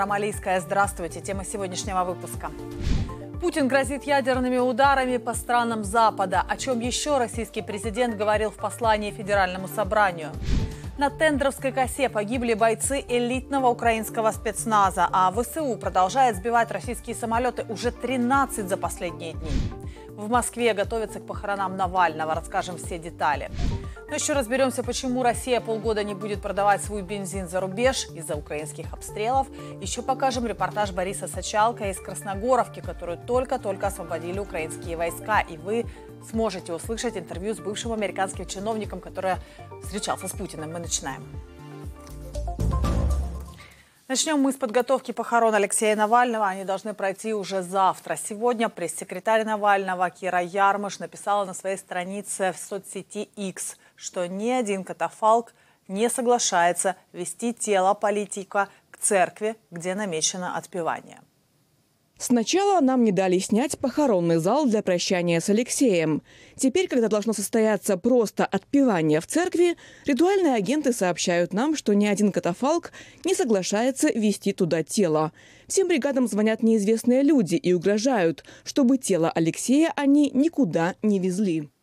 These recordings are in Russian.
Ромалийская, здравствуйте. Тема сегодняшнего выпуска. Путин грозит ядерными ударами по странам Запада. О чем еще российский президент говорил в послании Федеральному собранию. На Тендровской косе погибли бойцы элитного украинского спецназа, а ВСУ продолжает сбивать российские самолеты уже 13 за последние дни. В Москве готовятся к похоронам Навального. Расскажем все детали. Но еще разберемся, почему Россия полгода не будет продавать свой бензин за рубеж из-за украинских обстрелов. Еще покажем репортаж Бориса Сачалко из Красногоровки, которую только-только освободили украинские войска. И вы сможете услышать интервью с бывшим американским чиновником, который встречался с Путиным. Мы начинаем. Начнем мы с подготовки похорон Алексея Навального. Они должны пройти уже завтра. Сегодня пресс-секретарь Навального Кира Ярмыш написала на своей странице в соцсети X, что ни один катафалк не соглашается вести тело политика к церкви, где намечено отпевание. Сначала нам не дали снять похоронный зал для прощания с Алексеем. Теперь, когда должно состояться просто отпевание в церкви, ритуальные агенты сообщают нам, что ни один катафалк не соглашается вести туда тело. Всем бригадам звонят неизвестные люди и угрожают, чтобы тело Алексея они никуда не везли.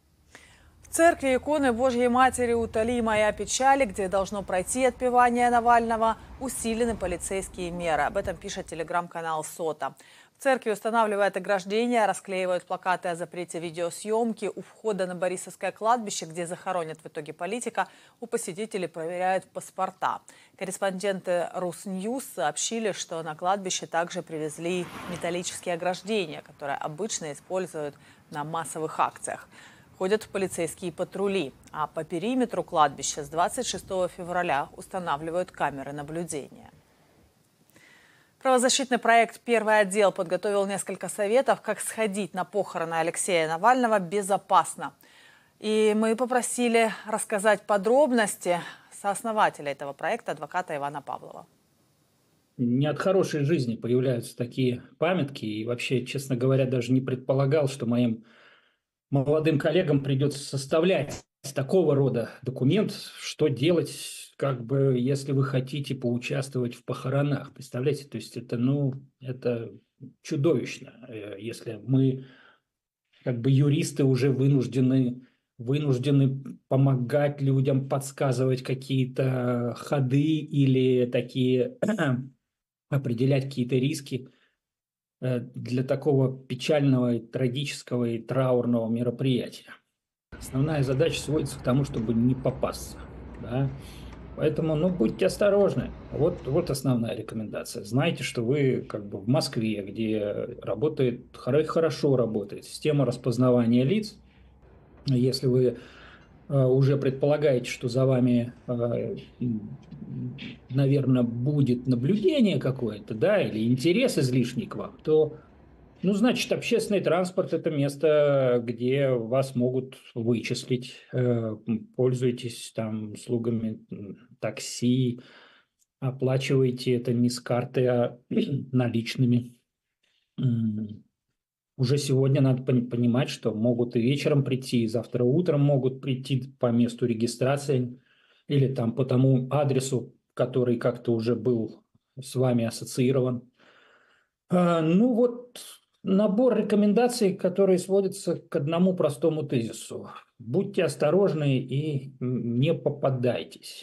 В церкви иконы Божьей Матери «Утоли моя печали», где должно пройти отпевание Навального, усилены полицейские меры. Об этом пишет телеграм-канал «Сота». В церкви устанавливают ограждения, расклеивают плакаты о запрете видеосъемки. У входа на Борисовское кладбище, где захоронят в итоге политика, у посетителей проверяют паспорта. Корреспонденты Русньюз сообщили, что на кладбище также привезли металлические ограждения, которые обычно используют на массовых акциях. Ходят полицейские патрули, а по периметру кладбища с 26 февраля устанавливают камеры наблюдения. Правозащитный проект «Первый отдел» подготовил несколько советов, как сходить на похороны Алексея Навального безопасно. И мы попросили рассказать подробности сооснователя этого проекта, адвоката Ивана Павлова. Не от хорошей жизни появляются такие памятки. И вообще, честно говоря, даже не предполагал, что моим молодым коллегам придется составлять такого рода документ, что делать, если вы хотите поучаствовать в похоронах. Представляете, то есть это чудовищно, если мы, юристы, уже вынуждены помогать людям, подсказывать какие-то ходы или определять какие-то риски для такого печального, трагического и траурного мероприятия. Основная задача сводится к тому, чтобы не попасться. Да? Поэтому, будьте осторожны. Вот основная рекомендация. Знайте, что вы в Москве, где хорошо работает система распознавания лиц. Если вы уже предполагаете, что за вами, наверное, будет наблюдение какое-то, да, или интерес излишний к вам, то, значит, общественный транспорт – это место, где вас могут вычислить. Пользуйтесь услугами такси, оплачивайте это не с карты, а наличными. Уже сегодня надо понимать, что могут и вечером прийти, и завтра утром могут прийти по месту регистрации или по тому адресу, который как-то уже был с вами ассоциирован. Набор рекомендаций, которые сводятся к одному простому тезису. Будьте осторожны и не попадайтесь.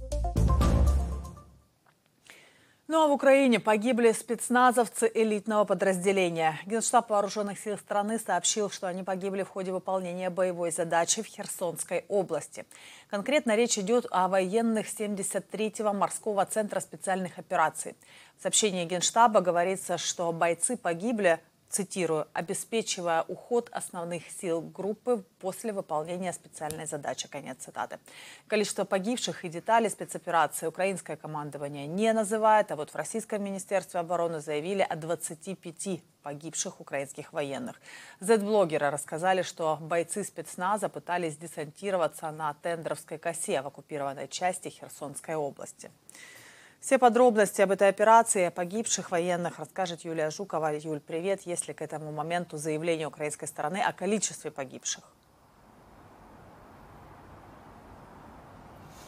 Ну а в Украине погибли спецназовцы элитного подразделения. Генштаб вооруженных сил страны сообщил, что они погибли в ходе выполнения боевой задачи в Херсонской области. Конкретно речь идет о военных 73-го морского центра специальных операций. В сообщении Генштаба говорится, что бойцы погибли, цитирую, обеспечивая уход основных сил группы после выполнения специальной задачи. Конец цитаты. Количество погибших и детали спецоперации украинское командование не называет, а вот в Российском министерстве обороны заявили о 25 погибших украинских военных. Z-блогеры рассказали, что бойцы спецназа пытались десантироваться на Тендровской косе в оккупированной части Херсонской области. Все подробности об этой операции, о погибших военных расскажет Юлия Жукова. Юль, привет. Есть ли к этому моменту заявление украинской стороны о количестве погибших?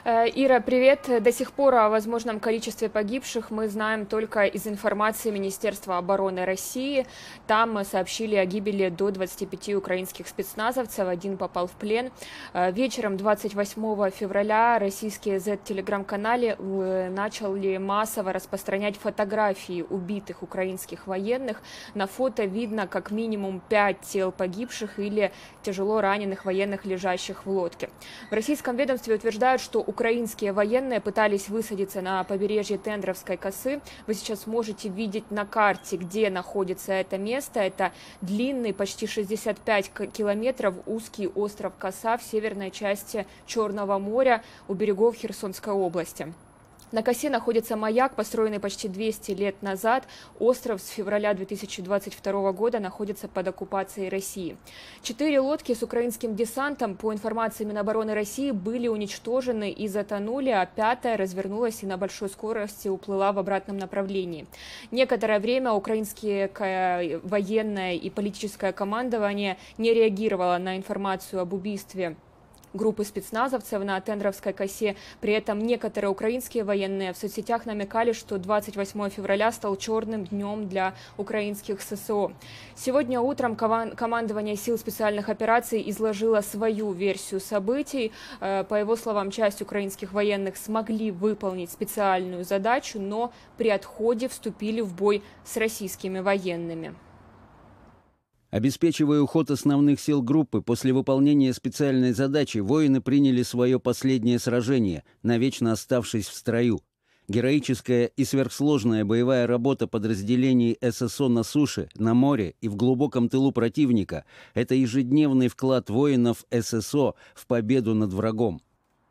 Ира, привет. До сих пор о возможном количестве погибших мы знаем только из информации Министерства обороны России. Там сообщили о гибели до 25 украинских спецназовцев, один попал в плен. Вечером 28 февраля российские Z-телеграм-каналы начали массово распространять фотографии убитых украинских военных. На фото видно как минимум 5 тел погибших или тяжело раненых военных, лежащих в лодке. В российском ведомстве утверждают, что украинские военные пытались высадиться на побережье Тендровской косы. Вы сейчас можете видеть на карте, где находится это место. Это длинный, почти 65 километров, узкий остров Коса в северной части Черного моря у берегов Херсонской области. На косе находится маяк, построенный почти 200 лет назад. Остров с февраля 2022 года находится под оккупацией России. 4 лодки с украинским десантом, по информации Минобороны России, были уничтожены и затонули, а 5-я развернулась и на большой скорости уплыла в обратном направлении. Некоторое время украинские военное и политическое командование не реагировало на информацию об убийстве группы спецназовцев на Тендровской косе. При этом некоторые украинские военные в соцсетях намекали, что 28 февраля стал черным днем для украинских ССО. Сегодня утром командование сил специальных операций изложило свою версию событий. По его словам, часть украинских военных смогли выполнить специальную задачу, но при отходе вступили в бой с российскими военными. Обеспечивая уход основных сил группы, после выполнения специальной задачи воины приняли свое последнее сражение, навечно оставшись в строю. Героическая и сверхсложная боевая работа подразделений ССО на суше, на море и в глубоком тылу противника – это ежедневный вклад воинов ССО в победу над врагом.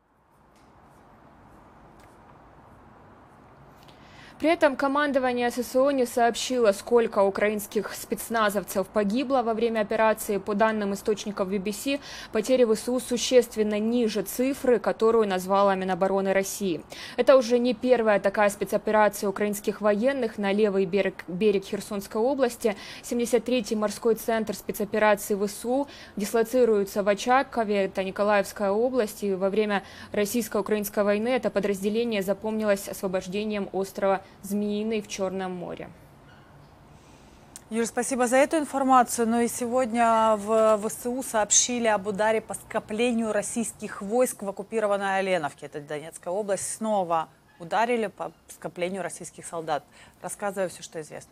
При этом командование ССО не сообщило, сколько украинских спецназовцев погибло во время операции. По данным источников BBC, потери ВСУ существенно ниже цифры, которую назвала Минобороны России. Это уже не первая такая спецоперация украинских военных на левый берег Херсонской области. 73-й морской центр спецоперации ВСУ дислоцируется в Очакове, это Николаевская область. И во время российско-украинской войны это подразделение запомнилось освобождением острова Змеиный в Черном море. Юль, спасибо за эту информацию. Но и сегодня в ВСУ сообщили об ударе по скоплению российских войск в оккупированной Оленовке. Это Донецкая область. Снова ударили по скоплению российских солдат. Рассказывай все, что известно.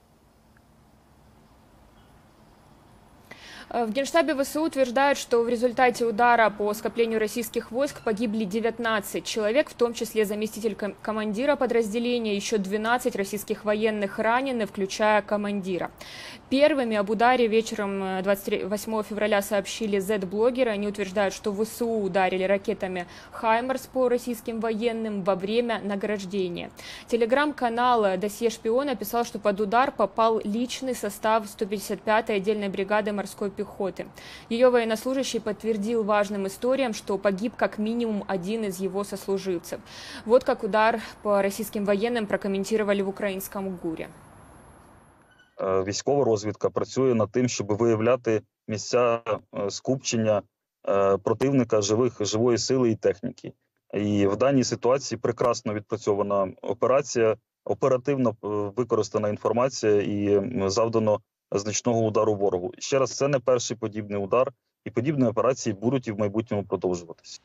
В Генштабе ВСУ утверждают, что в результате удара по скоплению российских войск погибли 19 человек, в том числе заместитель командира подразделения, еще 12 российских военных ранены, включая командира. Первыми об ударе вечером 28 февраля сообщили Z-блогеры. Они утверждают, что ВСУ ударили ракетами «Хаймерс» по российским военным во время награждения. Телеграм-канал «Досье шпиона» писал, что под удар попал личный состав 155-й отдельной бригады морской пехоты. Ее военнослужащий подтвердил важным историям, что погиб как минимум один из его сослуживцев. Вот как удар по российским военным прокомментировали в українському ГУРі. Військова розвідка працює над тим, щоб виявляти місця скупчення противника, живої сили і техніки. І в даній ситуації прекрасно відпрацьована операція, оперативно використана інформація і завдано значного удару ворогу. Ще раз, це не перший подібний удар, і подібні операції будуть і в майбутньому продовжуватися.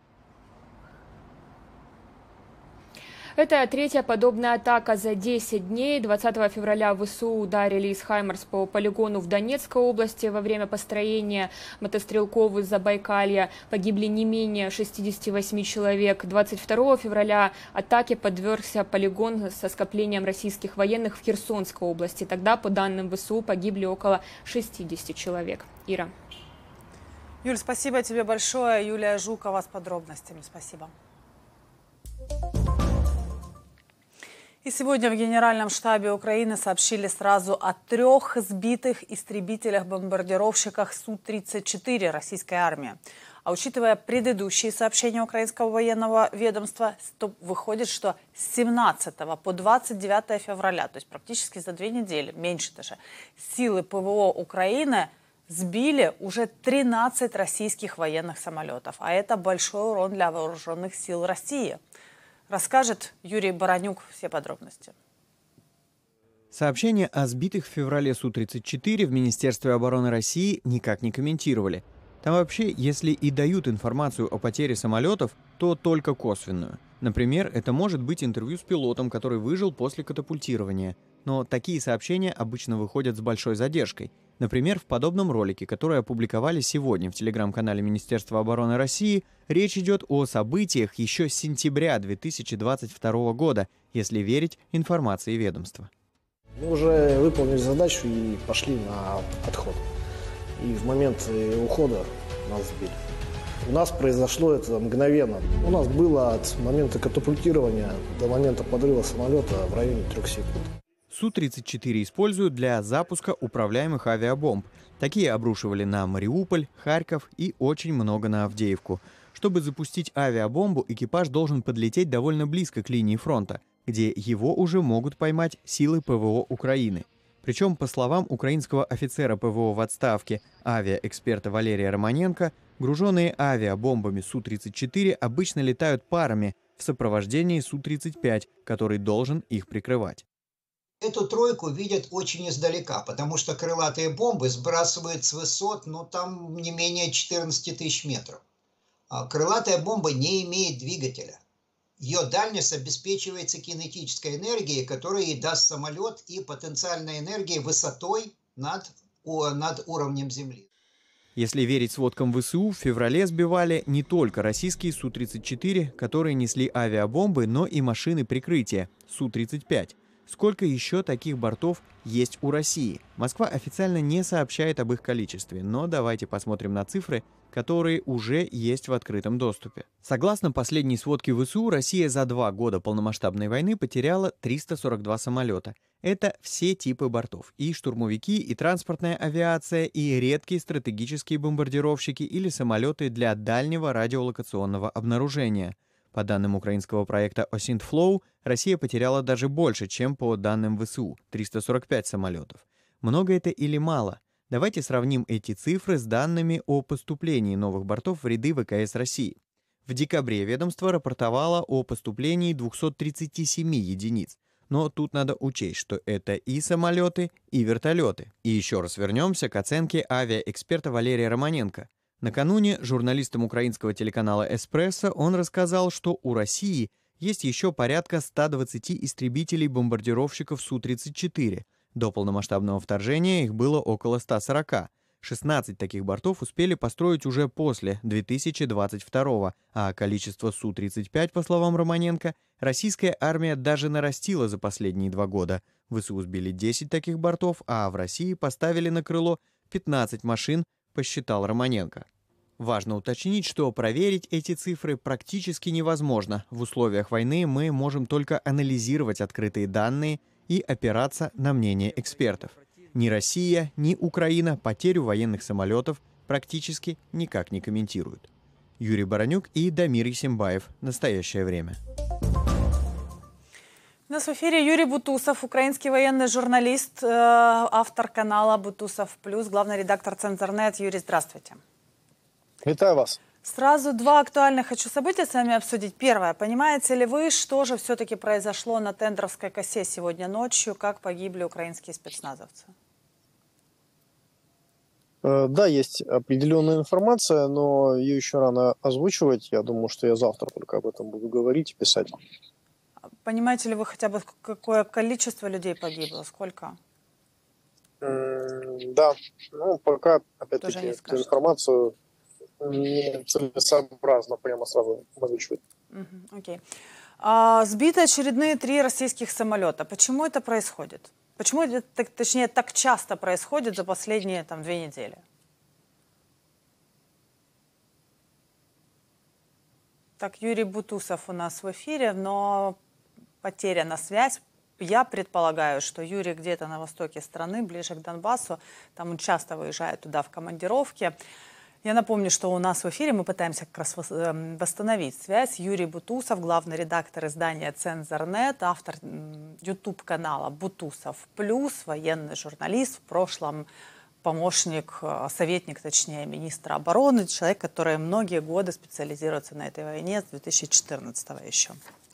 Это третья подобная атака за 10 дней. 20 февраля ВСУ ударили из «Хаймерс» по полигону в Донецкой области. Во время построения мотострелков из Забайкалья погибли не менее 68 человек. 22 февраля атаке подвергся полигон со скоплением российских военных в Херсонской области. Тогда, по данным ВСУ, погибли около 60 человек. Ира. Юль, спасибо тебе большое. Юлия Жукова с подробностями. Спасибо. И сегодня в Генеральном штабе Украины сообщили сразу о 3 сбитых истребителях-бомбардировщиках Су-34 российской армии. А учитывая предыдущие сообщения украинского военного ведомства, то выходит, что с 17 по 29 февраля, то есть практически за 2 недели, меньше даже, силы ПВО Украины Сбили уже 13 российских военных самолетов, а это большой урон для вооруженных сил России. Расскажет Юрий Баранюк все подробности. Сообщения о сбитых в феврале Су-34 в Министерстве обороны России никак не комментировали. Там вообще, если и дают информацию о потере самолетов, то только косвенную. Например, это может быть интервью с пилотом, который выжил после катапультирования. Но такие сообщения обычно выходят с большой задержкой. Например, в подобном ролике, который опубликовали сегодня в телеграм-канале Министерства обороны России, речь идет о событиях еще с сентября 2022 года, если верить информации ведомства. Мы уже выполнили задачу и пошли на отход. И в момент ухода нас сбили. У нас произошло это мгновенно. У нас было от момента катапультирования до момента подрыва самолета в районе 3 секунд. Су-34 используют для запуска управляемых авиабомб. Такие обрушивали на Мариуполь, Харьков и очень много на Авдеевку. Чтобы запустить авиабомбу, экипаж должен подлететь довольно близко к линии фронта, где его уже могут поймать силы ПВО Украины. Причем, по словам украинского офицера ПВО в отставке, авиаэксперта Валерия Романенко, груженные авиабомбами Су-34 обычно летают парами в сопровождении Су-35, который должен их прикрывать. Эту тройку видят очень издалека, потому что крылатые бомбы сбрасывают с высот, там не менее 14 тысяч метров. А крылатая бомба не имеет двигателя. Ее дальность обеспечивается кинетической энергией, которая ей даст самолет, и потенциальной энергией высотой над уровнем земли. Если верить сводкам ВСУ, в феврале сбивали не только российские Су-34, которые несли авиабомбы, но и машины прикрытия Су-35. Сколько еще таких бортов есть у России? Москва официально не сообщает об их количестве, но давайте посмотрим на цифры, которые уже есть в открытом доступе. Согласно последней сводке ВСУ, Россия за 2 года полномасштабной войны потеряла 342 самолета. Это все типы бортов. И штурмовики, и транспортная авиация, и редкие стратегические бомбардировщики или самолеты для дальнего радиолокационного обнаружения. По данным украинского проекта OSINT-FLOW, Россия потеряла даже больше, чем по данным ВСУ – 345 самолетов. Много это или мало? Давайте сравним эти цифры с данными о поступлении новых бортов в ряды ВКС России. В декабре ведомство рапортовало о поступлении 237 единиц. Но тут надо учесть, что это и самолеты, и вертолеты. И еще раз вернемся к оценке авиаэксперта Валерия Романенко. Накануне журналистам украинского телеканала «Эспрессо» он рассказал, что у России есть еще порядка 120 истребителей-бомбардировщиков Су-34. До полномасштабного вторжения их было около 140. 16 таких бортов успели построить уже после 2022, а количество Су-35, по словам Романенко, российская армия даже нарастила за последние 2 года. ВСУ сбили 10 таких бортов, а в России поставили на крыло 15 машин, посчитал Романенко. Важно уточнить, что проверить эти цифры практически невозможно. В условиях войны мы можем только анализировать открытые данные и опираться на мнение экспертов. Ни Россия, ни Украина потерю военных самолетов практически никак не комментируют. Юрий Баранюк и Дамир Исимбаев. Настоящее время. У нас в эфире Юрий Бутусов, украинский военный журналист, автор канала «Бутусов Плюс», главный редактор «Цензорнет». Юрий, здравствуйте. Витаю вас. Сразу 2 актуальных хочу события с вами обсудить. Первое. Понимаете ли вы, что же все-таки произошло на Тендровской косе сегодня ночью, как погибли украинские спецназовцы? Да, есть определенная информация, но ее еще рано озвучивать. Я думаю, что я завтра только об этом буду говорить и писать. Понимаете ли вы хотя бы, какое количество людей погибло? Сколько? Да, пока, опять-таки, эту информацию не целесообразно прямо сразу озвучивать. Окей. Сбиты очередные 3 российских самолета. Почему это происходит? Почему это, точнее, так часто происходит за последние 2 недели? Так, Юрий Бутусов у нас в эфире, но потеряна связь. Я предполагаю, что Юрий где-то на востоке страны, ближе к Донбассу. Там он часто выезжает туда в командировки. Я напомню, что у нас в эфире мы пытаемся как раз восстановить связь. Юрий Бутусов, главный редактор издания «Цензорнет», автор YouTube-канала «Бутусов Плюс», военный журналист, в прошлом помощник, советник, точнее, министра обороны, человек, который многие годы специализируется на этой войне, с 2014 еще.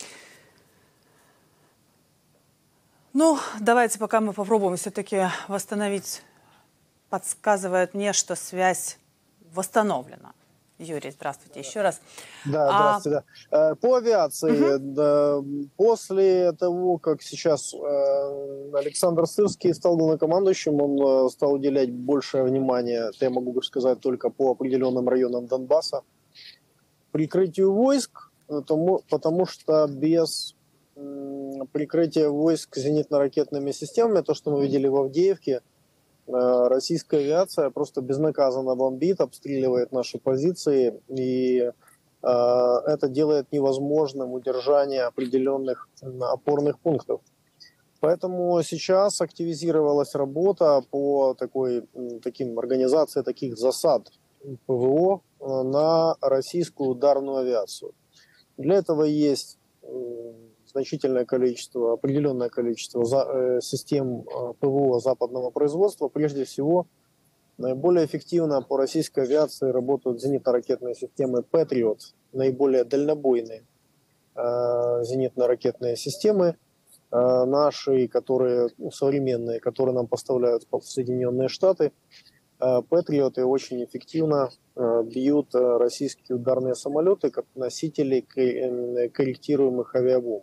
Ну, давайте пока мы попробуем все-таки восстановить. Подсказывает мне, что связь восстановлена. Юрий, здравствуйте еще раз. Да, здравствуйте. По авиации, да, после того, как сейчас Александр Сырский стал главнокомандующим, он стал уделять большее внимание, это я могу сказать только по определенным районам Донбасса, прикрытию войск, потому что без прикрытия войск зенитно-ракетными системами, то, что мы видели в Авдеевке, российская авиация просто безнаказанно бомбит, обстреливает наши позиции, и это делает невозможным удержание определенных опорных пунктов. Поэтому сейчас активизировалась работа по таким организации таких засад ПВО на российскую ударную авиацию. Для этого есть значительное количество, определенное количество систем ПВО западного производства. Прежде всего, наиболее эффективно по российской авиации работают зенитно-ракетные системы «Патриот», наиболее дальнобойные зенитно-ракетные системы наши, которые современные, которые нам поставляют Соединенные Штаты. «Патриоты» очень эффективно бьют российские ударные самолеты как носители корректируемых авиабомб.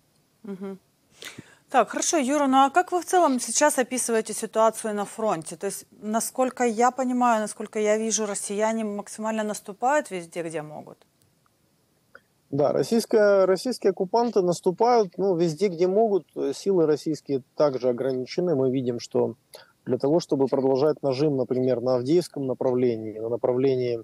Так, хорошо, Юра, ну а как вы в целом сейчас описываете ситуацию на фронте? То есть, насколько я понимаю, насколько я вижу, россияне максимально наступают везде, где могут? Да, российские оккупанты наступают везде, где могут. Силы российские также ограничены. Мы видим, что для того, чтобы продолжать нажим, например, на Авдеевском направлении, на направлении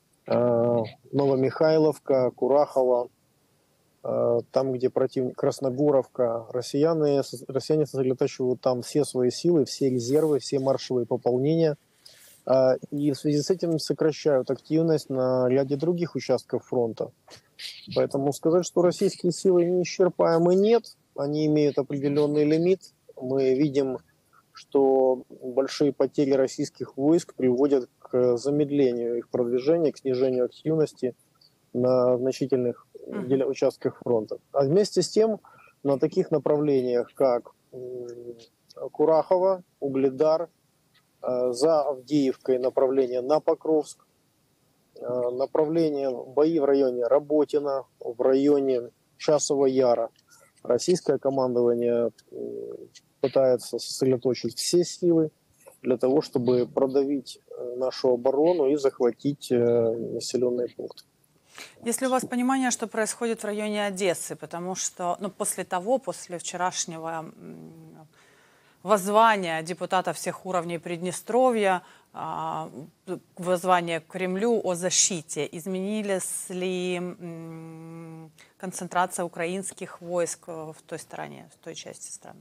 Новомихайловка, Курахово, там, где противник, Красногоровка, россияне сосредотачивают там все свои силы, все резервы, все маршевые пополнения. И в связи с этим сокращают активность на ряде других участков фронта. Поэтому сказать, что российские силы неисчерпаемы, нет. Они имеют определенный лимит. Мы видим, что большие потери российских войск приводят к замедлению их продвижения, к снижению активности на значительных участках фронта. А вместе с тем на таких направлениях, как Курахово, Угледар, за Авдеевкой направление на Покровск, направление бои в районе Работина, в районе Часового Яра. Российское командование пытается сосредоточить все силы для того, чтобы продавить нашу оборону и захватить населенные пункты. Есть ли у вас понимание, что происходит в районе Одессы? Потому что после вчерашнего воззвания депутатов всех уровней Приднестровья, воззвания к Кремлю о защите, изменилась ли концентрация украинских войск в той стороне, в той части страны?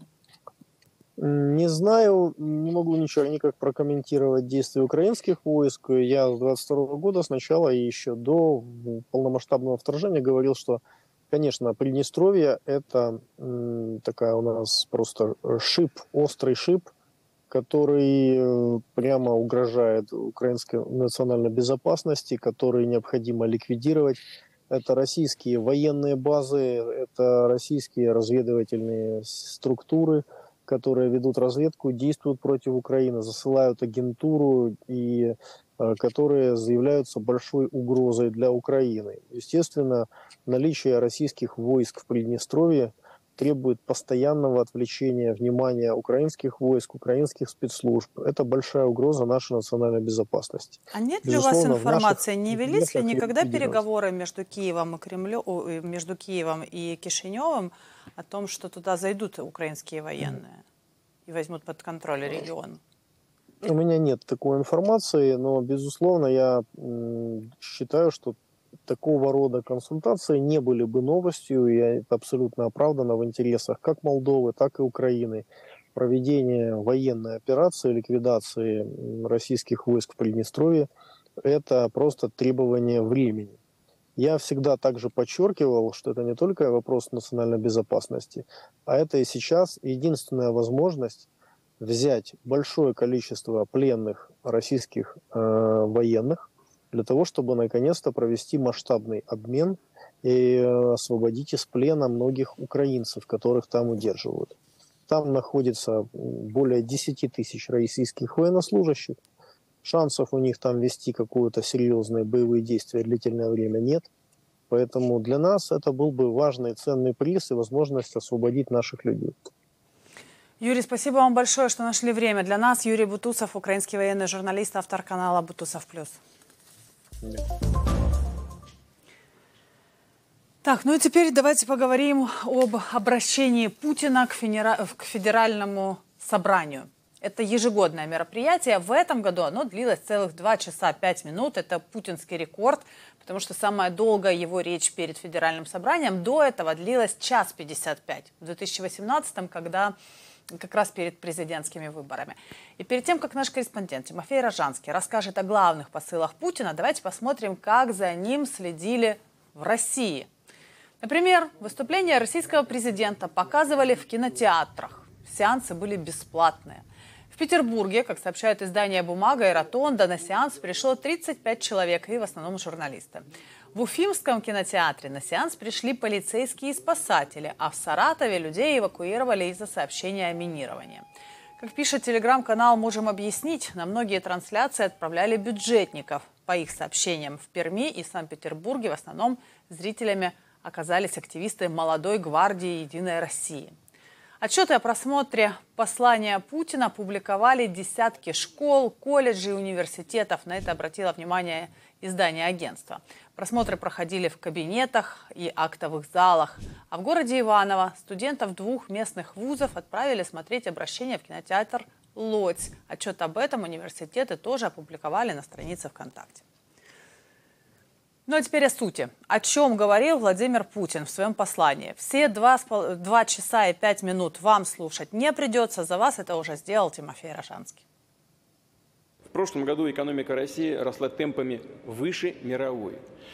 Не знаю, не могу ничего никак прокомментировать действия украинских войск. Я с 22 года сначала и еще до полномасштабного вторжения говорил, что, конечно, Приднестровье – это такая у нас просто шип, острый шип, который прямо угрожает украинской национальной безопасности, который необходимо ликвидировать. Это российские военные базы, это российские разведывательные структуры, которые ведут разведку, действуют против Украины, засылают агентуру и которые заявляются большой угрозой для Украины. Естественно, наличие российских войск в Приднестровье требует постоянного отвлечения внимания украинских войск, украинских спецслужб. Это большая угроза нашей национальной безопасности. А нет ли у вас информации, не велись ли никогда переговоры между Киевом и Кишиневым о том, что туда зайдут украинские военные и возьмут под контроль регион? У меня нет такой информации, но, безусловно, я считаю, что такого рода консультации не были бы новостью, и это абсолютно оправдано в интересах как Молдовы, так и Украины. Проведение военной операции, ликвидации российских войск в Приднестровье – это просто требование времени. Я всегда также подчеркивал, что это не только вопрос национальной безопасности, а это и сейчас единственная возможность взять большое количество пленных российских военных для того, чтобы наконец-то провести масштабный обмен и освободить из плена многих украинцев, которых там удерживают. Там находится более 10 тысяч российских военнослужащих. Шансов у них там вести какие-то серьезные боевые действия длительное время нет. Поэтому для нас это был бы важный ценный приз и возможность освободить наших людей. Юрий, спасибо вам большое, что нашли время для нас. Юрий Бутусов, украинский военный журналист, автор канала «Бутусов Плюс». Так, ну и теперь давайте поговорим об обращении Путина к Федеральному собранию. Это ежегодное мероприятие. В этом году оно длилось целых 2 часа 5 минут. Это путинский рекорд, потому что самая долгая его речь перед Федеральным собранием до этого длилась 1 час 55 в 2018-м, когда как раз перед президентскими выборами. И перед тем, как наш корреспондент Тимофей Рожанский расскажет о главных посылах Путина, давайте посмотрим, как за ним следили в России. Например, выступления российского президента показывали в кинотеатрах. Сеансы были бесплатные. В Петербурге, как сообщает издание «Бумага» и «Ротонда», на сеанс пришло 35 человек, и в основном журналисты. В Уфимском кинотеатре на сеанс пришли полицейские и спасатели, а в Саратове людей эвакуировали из-за сообщения о минировании. Как пишет телеграм-канал «Можем объяснить», на многие трансляции отправляли бюджетников. По их сообщениям, в Перми и Санкт-Петербурге в основном зрителями оказались активисты молодой гвардии «Единой России». Отчеты о просмотре послания Путина публиковали десятки школ, колледжей и университетов. На это обратило внимание издание агентства. Просмотры проходили в кабинетах и актовых залах. А в городе Иваново студентов 2 местных вузов отправили смотреть обращение в кинотеатр «Лодзь». Отчет об этом университеты тоже опубликовали на странице ВКонтакте. Ну а теперь о сути. О чем говорил Владимир Путин в своем послании. Все 2 часа и 5 минут вам слушать не придется. За вас это уже сделал Тимофей Рожанский. В прошлом году экономика России росла темпами выше мировой.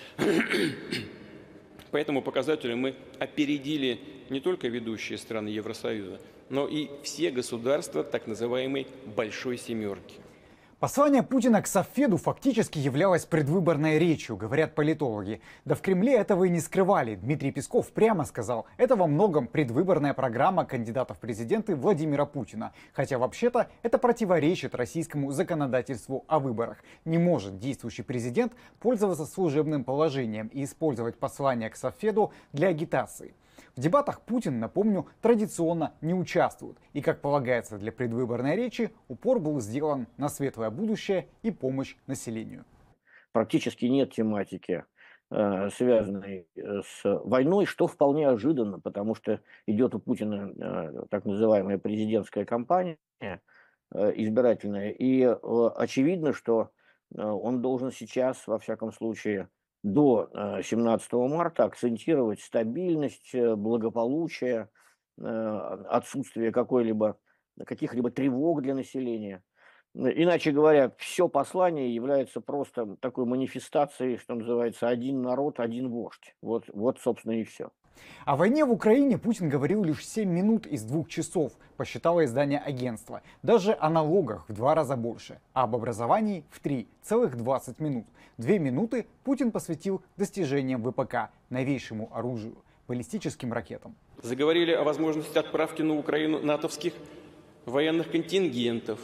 По этому показателю мы опередили не только ведущие страны Евросоюза, но и все государства так называемой «большой семерки». Послание Путина к Софеду фактически являлось предвыборной речью, говорят политологи. Да в Кремле этого и не скрывали. Дмитрий Песков прямо сказал, это во многом предвыборная программа кандидата в президенты Владимира Путина. Хотя вообще-то это противоречит российскому законодательству о выборах. Не может действующий президент пользоваться служебным положением и использовать послание к Софеду для агитации. В дебатах Путин, напомню, традиционно не участвует. И, как полагается для предвыборной речи, упор был сделан на светлое будущее и помощь населению. Практически нет тематики, связанной с войной, что вполне ожиданно, потому что идет у Путина так называемая президентская кампания избирательная. И очевидно, что он должен сейчас, во всяком случае, до 17 марта акцентировать стабильность, благополучие, отсутствие каких-либо тревог для населения. Иначе говоря, все послание является просто такой манифестацией, что называется, один народ, один вождь. Вот собственно, и все. О войне в Украине Путин говорил лишь 7 минут из 2 часов, посчитало издание агентства. Даже о налогах в 2 раза больше, а об образовании в 3, целых 20 минут. 2 минуты Путин посвятил достижениям ВПК, новейшему оружию, баллистическим ракетам. Заговорили о возможности отправки на Украину натовских военных контингентов.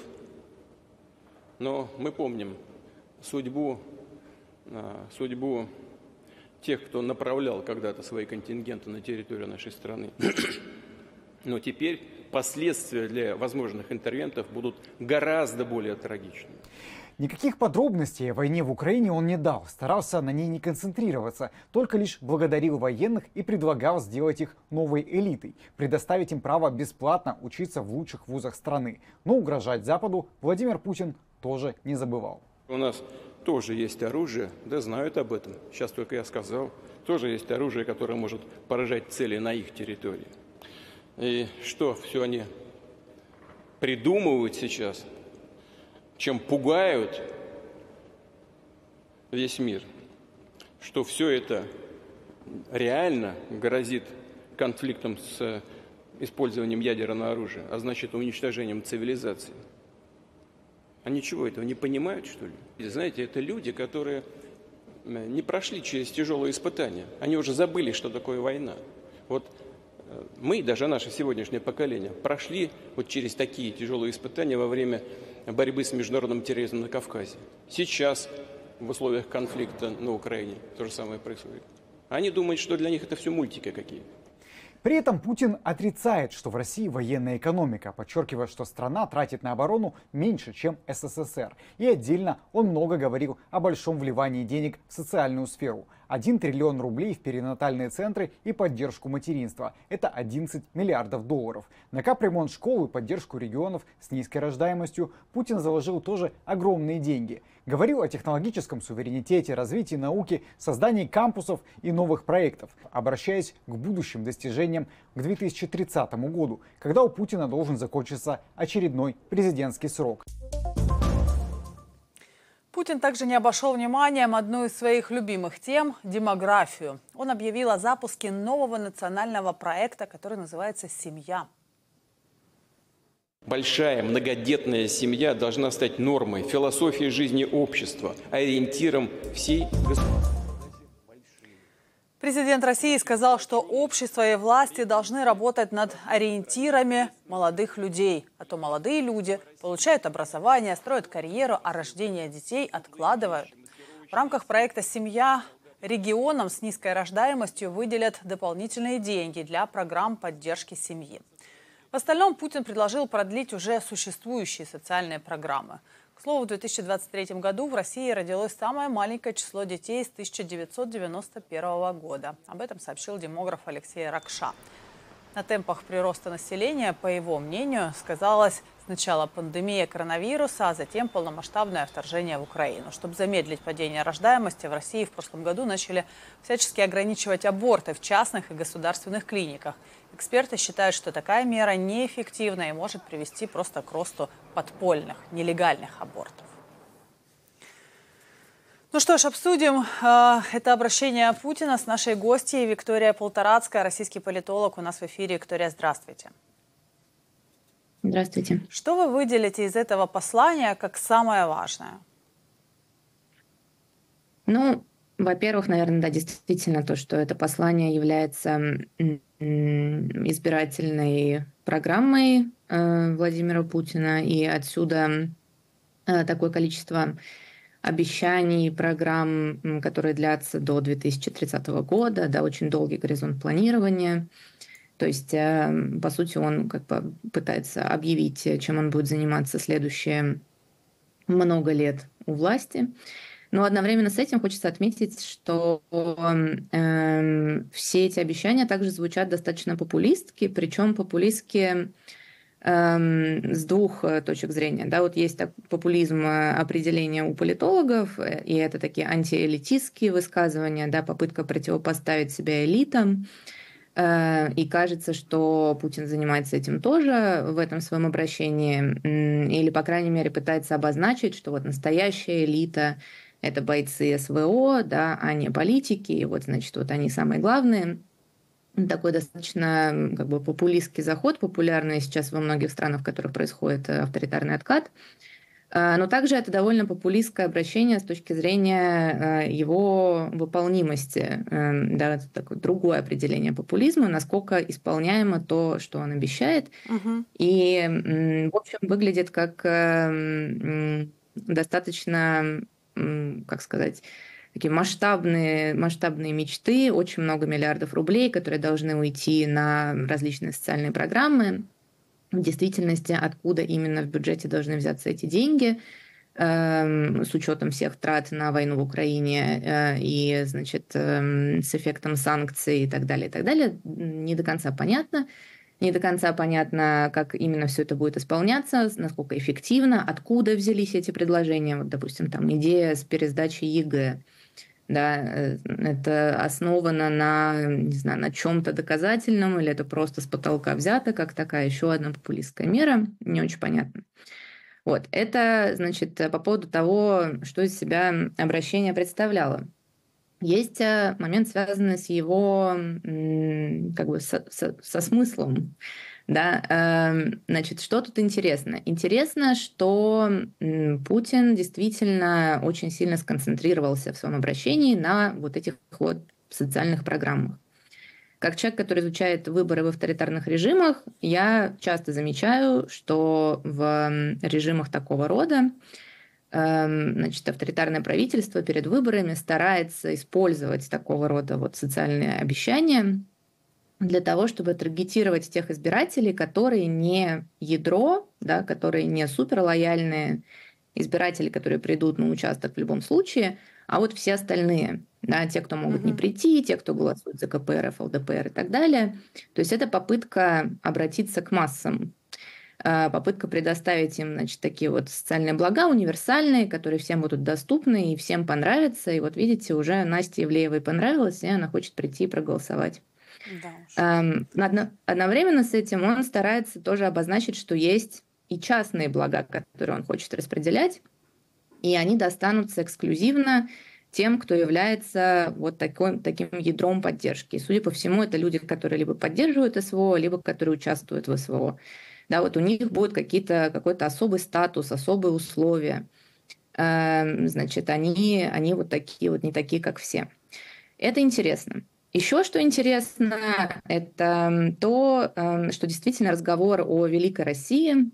Но мы помним судьбу тех, кто направлял когда-то свои контингенты на территорию нашей страны. Но теперь последствия для возможных интервентов будут гораздо более трагичны. Никаких подробностей о войне в Украине он не дал, старался на ней не концентрироваться, только лишь благодарил военных и предлагал сделать их новой элитой, предоставить им право бесплатно учиться в лучших вузах страны. Но угрожать Западу Владимир Путин тоже не забывал. У нас тоже есть оружие, да знают об этом, сейчас только я сказал, тоже есть оружие, которое может поражать цели на их территории. И что все они придумывают сейчас, чем пугают весь мир, что все это реально грозит конфликтом с использованием ядерного оружия, а значит уничтожением цивилизации. Они чего, этого не понимают, что ли? Знаете, это люди, которые не прошли через тяжелые испытания. Они уже забыли, что такое война. Вот мы, даже наше сегодняшнее поколение, прошли вот через такие тяжелые испытания во время борьбы с международным терроризмом на Кавказе. Сейчас, в условиях конфликта на Украине, то же самое происходит. Они думают, что для них это все мультики какие-то. При этом Путин отрицает, что в России военная экономика, подчеркивая, что страна тратит на оборону меньше, чем СССР. И отдельно он много говорил о большом вливании денег в социальную сферу. 1 триллион рублей в перинатальные центры и поддержку материнства. Это 11 миллиардов долларов. На капремонт школ и поддержку регионов с низкой рождаемостью Путин заложил тоже огромные деньги. Говорил о технологическом суверенитете, развитии науки, создании кампусов и новых проектов, обращаясь к будущим достижениям к 2030 году, когда у Путина должен закончиться очередной президентский срок. Путин также не обошел вниманием одну из своих любимых тем – демографию. Он объявил о запуске нового национального проекта, который называется «Семья». Большая многодетная семья должна стать нормой, философией жизни общества, ориентиром всей государственности. Президент России сказал, что общество и власти должны работать над ориентирами молодых людей. А то молодые люди получают образование, строят карьеру, а рождение детей откладывают. В рамках проекта «Семья» регионам с низкой рождаемостью выделят дополнительные деньги для программ поддержки семьи. В остальном Путин предложил продлить уже существующие социальные программы. К слову, в 2023 году в России родилось самое маленькое число детей с 1991 года. Об этом сообщил демограф Алексей Ракша. На темпах прироста населения, по его мнению, сказалась сначала пандемия коронавируса, а затем полномасштабное вторжение в Украину. Чтобы замедлить падение рождаемости, в России в прошлом году начали всячески ограничивать аборты в частных и государственных клиниках. Эксперты считают, что такая мера неэффективна и может привести просто к росту подпольных, нелегальных абортов. Ну что ж, обсудим это обращение Путина с нашей гостьей Викторией Полторацкой, российский политолог у нас в эфире. Виктория, здравствуйте. Здравствуйте. Что вы выделите из этого послания как самое важное? Ну, во-первых, наверное, да, действительно то, что это послание является избирательной программой Владимира Путина, и отсюда такое количество обещаний, программ, которые длятся до 2030 года, да, очень долгий горизонт планирования. То есть, по сути, он как бы пытается объявить, чем он будет заниматься следующие много лет у власти. Но одновременно с этим хочется отметить, что все эти обещания также звучат достаточно популистски, причем популистски с двух точек зрения. Да, вот есть популизм определения у политологов, и это такие антиэлитистские высказывания, да, попытка противопоставить себя элитам. И кажется, что Путин занимается этим тоже в этом своем обращении, или, по крайней мере, пытается обозначить, что вот настоящая элита — это бойцы СВО, да, а не политики, и вот, значит, вот они самые главные. Такой достаточно как бы популистский заход, популярный сейчас во многих странах, в которых происходит авторитарный откат. Но также это довольно популистское обращение с точки зрения его выполнимости. Да, это такое другое определение популизма, насколько исполняемо то, что он обещает. И, в общем, выглядит как достаточно, как сказать, такие масштабные мечты, очень много миллиардов рублей, которые должны уйти на различные социальные программы. В действительности, откуда именно в бюджете должны взяться эти деньги, с учетом всех трат на войну в Украине и, значит, с эффектом санкций и так далее, не до конца понятно. Не до конца понятно, как именно все это будет исполняться, насколько эффективно, откуда взялись эти предложения. Вот, допустим, там идея с пересдачей ЕГЭ. Да, это основано на, не знаю, на чем-то доказательном, или это просто с потолка взято, как такая еще одна популистская мера, не очень понятно. Вот, это, значит, по поводу того, что из себя обращение представляло. Есть момент, связанный с его как бы со смыслом. Да, значит, что тут интересно? Интересно, что Путин действительно очень сильно сконцентрировался в своем обращении на вот этих вот социальных программах. Как человек, который изучает выборы в авторитарных режимах, я часто замечаю, что в режимах такого рода значит, авторитарное правительство перед выборами старается использовать такого рода вот социальные обещания для того, чтобы таргетировать тех избирателей, которые не ядро, да, которые не суперлояльные избиратели, которые придут на участок в любом случае, а вот все остальные, да, те, кто могут не прийти, те, кто голосует за КПРФ, ЛДПР и так далее. То есть это попытка обратиться к массам, попытка предоставить им, значит, такие вот социальные блага универсальные, которые всем будут доступны и всем понравятся. И вот видите, уже Насте Ивлеевой понравилось, и она хочет прийти и проголосовать. Да. Одновременно с этим он старается тоже обозначить, что есть и частные блага, которые он хочет распределять, и они достанутся эксклюзивно тем, кто является вот таким ядром поддержки. И, судя по всему, это люди, которые либо поддерживают СВО, либо которые участвуют в СВО. Да, вот у них будет какой-то особый статус, особые условия. Значит, они вот такие вот, не такие, как все. Это интересно. Еще что интересно, это то, что действительно разговор о Великой России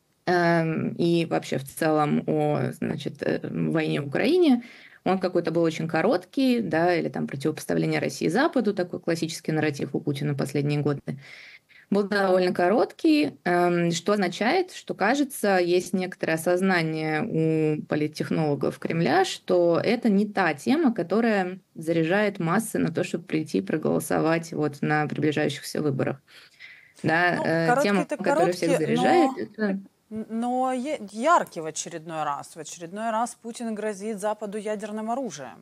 и вообще в целом о, значит, войне в Украине, он какой-то был очень короткий, да, или там противопоставление России Западу, такой классический нарратив у Путина последние годы, был довольно короткий, что означает, что, кажется, есть некоторое осознание у политтехнологов Кремля, что это не та тема, которая заряжает массы на то, чтобы прийти проголосовать вот на приближающихся выборах. Да, тема, которая всех заряжает, но яркий в очередной раз. В очередной раз Путин грозит Западу ядерным оружием.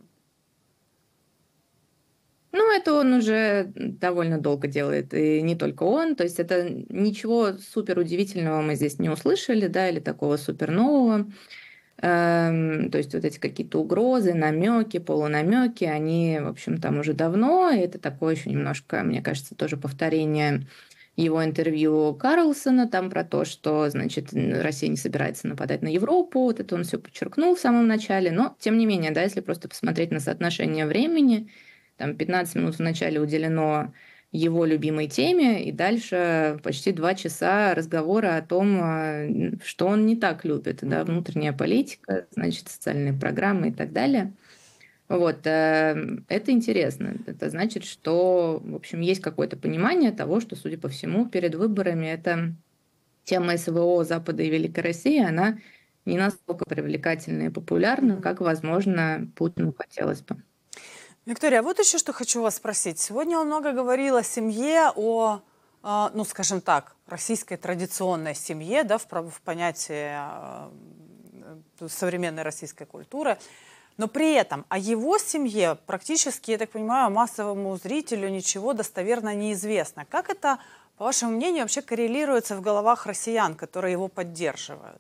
Ну, это он уже довольно долго делает, и не только он. То есть это ничего супер удивительного мы здесь не услышали, да, или такого супер нового. То есть вот эти какие-то угрозы, намеки, полунамеки, они, в общем, там уже давно. И это такое еще немножко, мне кажется, тоже повторение его интервью Карлсона там про то, что, значит, Россия не собирается нападать на Европу. Вот это он все подчеркнул в самом начале. Но, тем не менее, да, если просто посмотреть на соотношение времени, там 15 минут вначале уделено его любимой теме, и дальше почти 2 часа разговора о том, что он не так любит. Да, внутренняя политика, значит, социальные программы и так далее. Вот, это интересно. Это значит, что, в общем, есть какое-то понимание того, что, судя по всему, перед выборами эта тема СВО Запада и Великой России, она не настолько привлекательна и популярна, как, возможно, Путину хотелось бы. Виктория, вот еще что хочу вас спросить. Сегодня он много говорил о семье, о, ну, скажем так, российской традиционной семье, да, в понятии современной российской культуры. Но при этом о его семье практически, я так понимаю, массовому зрителю ничего достоверно неизвестно. Как это, по вашему мнению, вообще коррелируется в головах россиян, которые его поддерживают?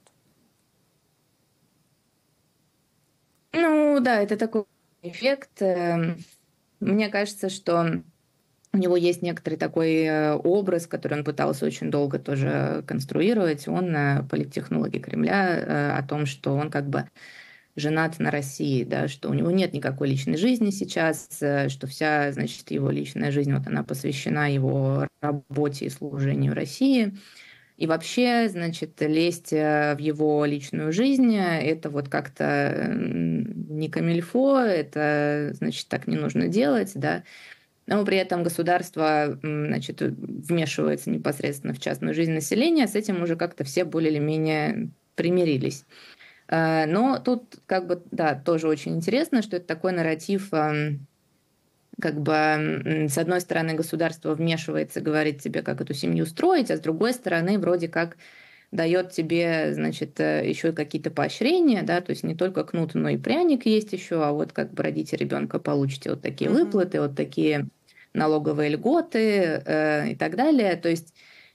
Ну да, это такой эффект. Мне кажется, что у него есть некоторый такой образ, который он пытался очень долго тоже конструировать. Он, политтехнологи Кремля, о том, что он как бы женат на России, да, что у него нет никакой личной жизни сейчас, что вся, значит, его личная жизнь, вот она посвящена его работе и служению России. И вообще, значит, лезть в его личную жизнь, это вот как-то не камильфо, это, значит, так не нужно делать, да. Но при этом государство, значит, вмешивается непосредственно в частную жизнь населения, с этим уже как-то все более или менее примирились. Но тут, как бы, да, тоже очень интересно, что это такой нарратив, как бы, с одной стороны, государство вмешивается, говорит тебе, как эту семью строить, а с другой стороны, вроде как дает тебе, значит, еще какие-то поощрения, да, то есть не только кнут, но и пряник есть еще, а вот как бы родите ребенка, получите вот такие выплаты, вот такие налоговые льготы и так далее. То есть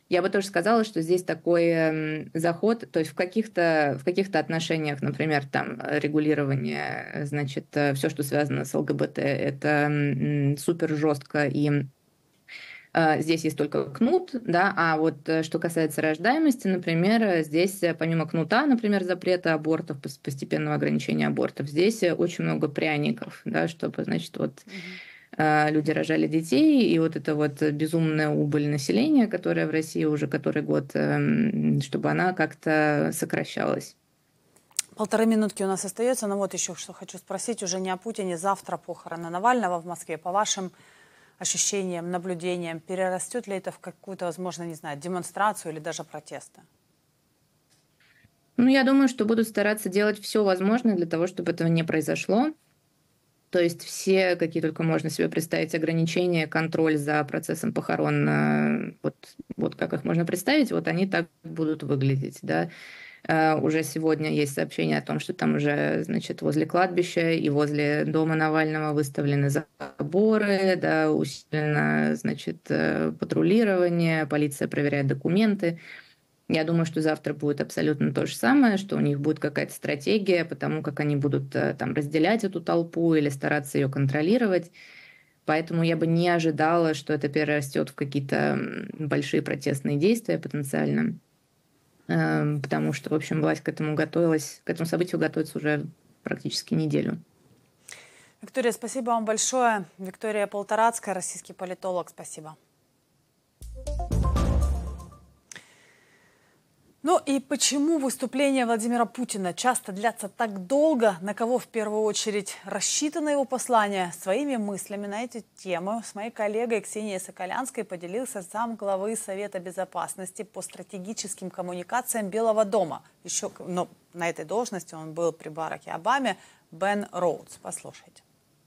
Я бы тоже сказала, что здесь такой заход, то есть в каких-то отношениях, например, там регулирование, значит, все, что связано с ЛГБТ, это супер жестко, и здесь есть только кнут, да, а вот что касается рождаемости, например, здесь помимо кнута, например, запрета абортов, постепенного ограничения абортов, здесь очень много пряников, да, чтобы, значит, вот люди рожали детей, и вот эта вот безумная убыль населения, которая в России уже который год, чтобы она как-то сокращалась. 1,5 минутки у нас остается, но вот еще что хочу спросить, уже не о Путине, завтра похороны Навального в Москве. По вашим ощущениям, наблюдениям, перерастет ли это в какую-то, возможно, не знаю, демонстрацию или даже протесты? Ну, я думаю, что будут стараться делать все возможное для того, чтобы этого не произошло. То есть все, какие только можно себе представить, ограничения, контроль за процессом похорон, вот как их можно представить, вот они так будут выглядеть, да. Уже сегодня есть сообщение о том, что там уже, значит, возле кладбища и возле дома Навального выставлены заборы, да, усилено, значит, патрулирование, полиция проверяет документы. Я думаю, что завтра будет абсолютно то же самое, что у них будет какая-то стратегия по тому, как они будут там разделять эту толпу или стараться ее контролировать. Поэтому я бы не ожидала, что это перерастет в какие-то большие протестные действия потенциально. Потому что, в общем, власть к этому событию готовится уже практически неделю. Виктория, спасибо вам большое. Виктория Полторацкая, российский политолог. Спасибо. Ну и почему выступления Владимира Путина часто длятся так долго? На кого в первую очередь рассчитано его послание? Своими мыслями на эти темы с моей коллегой Ксенией Соколянской поделился замглавы Совета безопасности по стратегическим коммуникациям Белого дома. Еще на этой должности он был при Бараке Обаме, Бен Роудс. Послушайте.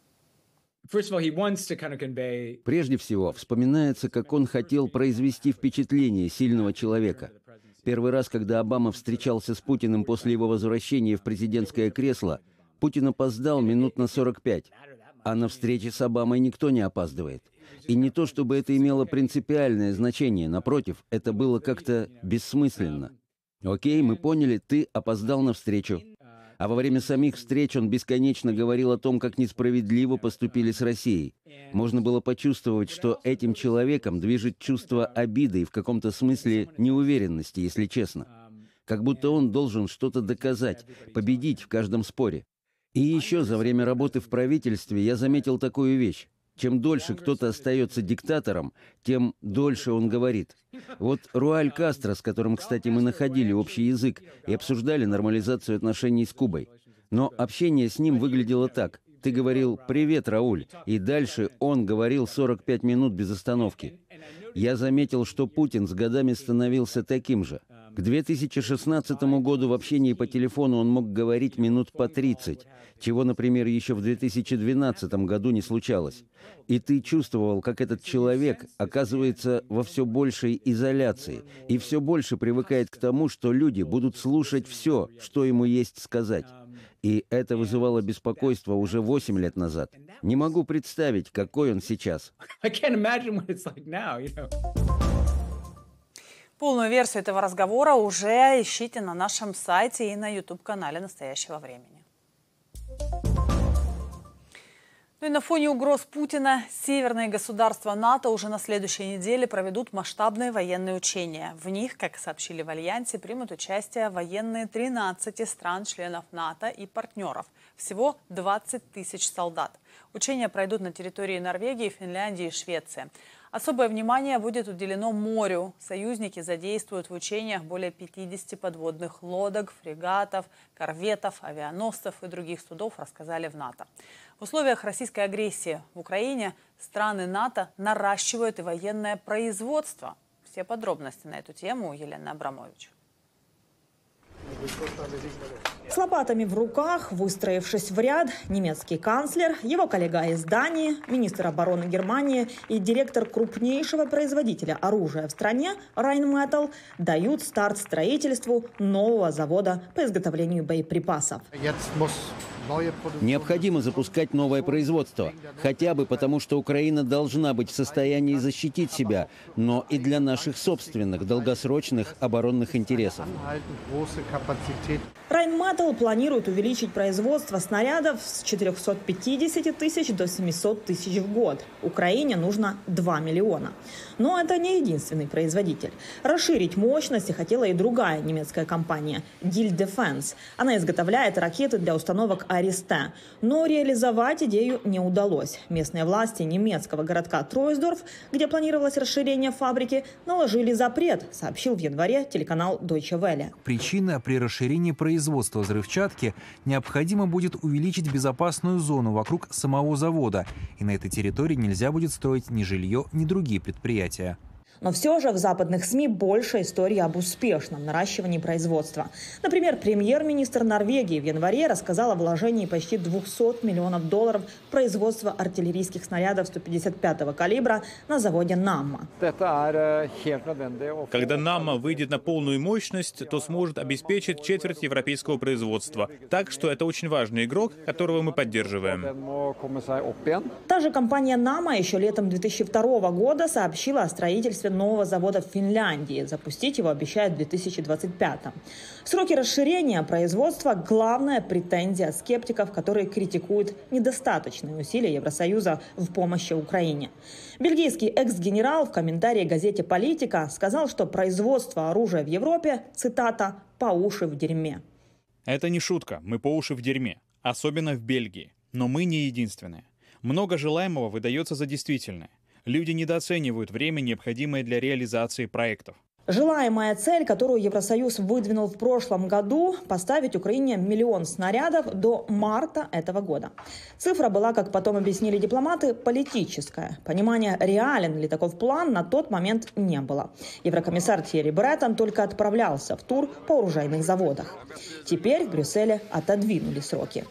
Прежде всего, вспоминается, как он хотел произвести впечатление сильного человека. Первый раз, когда Обама встречался с Путиным после его возвращения в президентское кресло, Путин опоздал минут на 45, а на встрече с Обамой никто не опаздывает. И не то, чтобы это имело принципиальное значение, напротив, это было как-то бессмысленно. Окей, мы поняли, ты опоздал на встречу. А во время самих встреч он бесконечно говорил о том, как несправедливо поступили с Россией. Можно было почувствовать, что этим человеком движет чувство обиды и в каком-то смысле неуверенности, если честно. Как будто он должен что-то доказать, победить в каждом споре. И еще за время работы в правительстве я заметил такую вещь. Чем дольше кто-то остается диктатором, тем дольше он говорит. Вот Руаль Кастро, с которым, кстати, мы находили общий язык и обсуждали нормализацию отношений с Кубой. Но общение с ним выглядело так. Ты говорил «Привет, Рауль», и дальше он говорил 45 минут без остановки. Я заметил, что Путин с годами становился таким же. К 2016 году в общении по телефону он мог говорить минут по 30, чего, например, еще в 2012 году не случалось. И ты чувствовал, как этот человек оказывается во все большей изоляции и все больше привыкает к тому, что люди будут слушать все, что ему есть сказать. И это вызывало беспокойство уже 8 лет назад. Не могу представить, какой он сейчас. Полную версию этого разговора уже ищите на нашем сайте и на YouTube-канале «Настоящего времени». Ну и на фоне угроз Путина северные государства НАТО уже на следующей неделе проведут масштабные военные учения. В них, как сообщили в Альянсе, примут участие военные 13 стран-членов НАТО и партнеров. Всего 20 тысяч солдат. Учения пройдут на территории Норвегии, Финляндии и Швеции. Особое внимание будет уделено морю. Союзники задействуют в учениях более 50 подводных лодок, фрегатов, корветов, авианосцев и других судов, рассказали в НАТО. В условиях российской агрессии в Украине страны НАТО наращивают и военное производство. Все подробности на эту тему у Елены Абрамович. С лопатами в руках, выстроившись в ряд, немецкий канцлер, его коллега из Дании, министр обороны Германии и директор крупнейшего производителя оружия в стране Rheinmetall дают старт строительству нового завода по изготовлению боеприпасов. Необходимо запускать новое производство, хотя бы потому, что Украина должна быть в состоянии защитить себя, но и для наших собственных долгосрочных оборонных интересов. Rheinmetall планирует увеличить производство снарядов с 450 тысяч до 700 тысяч в год. Украине нужно 2 миллиона. Но это не единственный производитель. Расширить мощности хотела и другая немецкая компания – Diehl Defense. Она изготовляет ракеты для установок Аристе. Но реализовать идею не удалось. Местные власти немецкого городка Тройсдорф, где планировалось расширение фабрики, наложили запрет, сообщил в январе телеканал Deutsche Welle. Причина: при расширении производства взрывчатки необходимо будет увеличить безопасную зону вокруг самого завода. И на этой территории нельзя будет строить ни жилье, ни другие предприятия. Но все же в западных СМИ больше историй об успешном наращивании производства. Например, премьер-министр Норвегии в январе рассказал о вложении почти 200 миллионов долларов в производство артиллерийских снарядов 155-го калибра на заводе Намма. Когда Намма выйдет на полную мощность, то сможет обеспечить четверть европейского производства. Так что это очень важный игрок, которого мы поддерживаем. Та же компания Намма еще летом 2002 года сообщила о строительстве нового завода в Финляндии. Запустить его обещают в 2025. Сроки расширения производства – главная претензия скептиков, которые критикуют недостаточные усилия Евросоюза в помощи Украине. Бельгийский экс-генерал в комментарии газете «Политика» сказал, что производство оружия в Европе, цитата, «по уши в дерьме». Это не шутка, мы по уши в дерьме, особенно в Бельгии. Но мы не единственные. Много желаемого выдается за действительное. Люди недооценивают время, необходимое для реализации проектов. Желаемая цель, которую Евросоюз выдвинул в прошлом году – поставить Украине 1 миллион снарядов до марта этого года. Цифра была, как потом объяснили дипломаты, политическая. Понимания, реален ли таков план, на тот момент не было. Еврокомиссар Тьерри Бреттон только отправлялся в тур по оружейных заводах. Теперь в Брюсселе отодвинули сроки.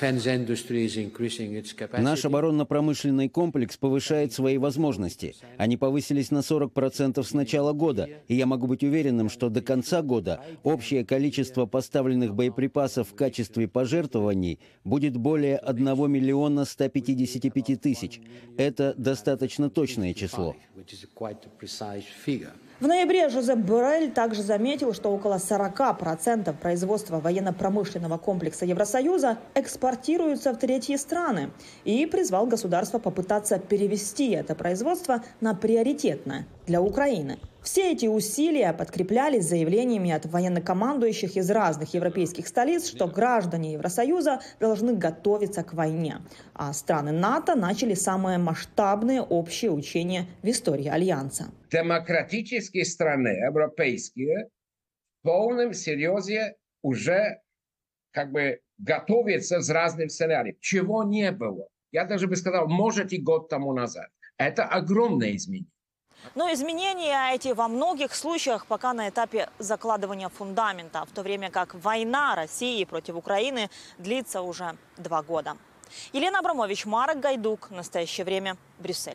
Наш оборонно-промышленный комплекс повышает свои возможности. Они повысились на 40% с начала года. И я могу быть уверенным, что до конца года общее количество поставленных боеприпасов в качестве пожертвований будет более 1 миллиона 155 тысяч. Это достаточно точное число. В ноябре Жозеп Боррель также заметил, что около 40% производства военно-промышленного комплекса Евросоюза экспортируются в третьи страны и призвал государство попытаться перевести это производство на приоритетное для Украины. Все эти усилия подкреплялись заявлениями от военнокомандующих из разных европейских столиц, что граждане Евросоюза должны готовиться к войне. А страны НАТО начали самые масштабные общие учения в истории Альянса. Демократические страны, европейские, в полном серьезе уже готовятся с разным сценарием. Чего не было. Я даже бы сказал, может, и год тому назад. Это огромное изменение. Но изменения эти во многих случаях пока на этапе закладывания фундамента, в то время как война России против Украины длится уже 2 года. Елена Абрамович, Марек Гайдук. Настоящее время. Брюссель.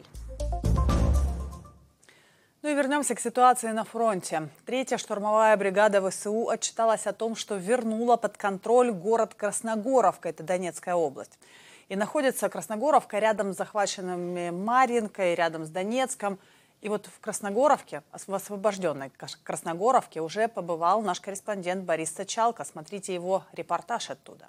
Ну и вернемся к ситуации на фронте. 3-я штурмовая бригада ВСУ отчиталась о том, что вернула под контроль город Красногоровка, это Донецкая область. И находится Красногоровка рядом с захваченными Марьинкой, рядом с Донецком. И вот в Красногоровке, в освобожденной Красногоровке уже побывал наш корреспондент Борис Сачалко. Смотрите его репортаж оттуда.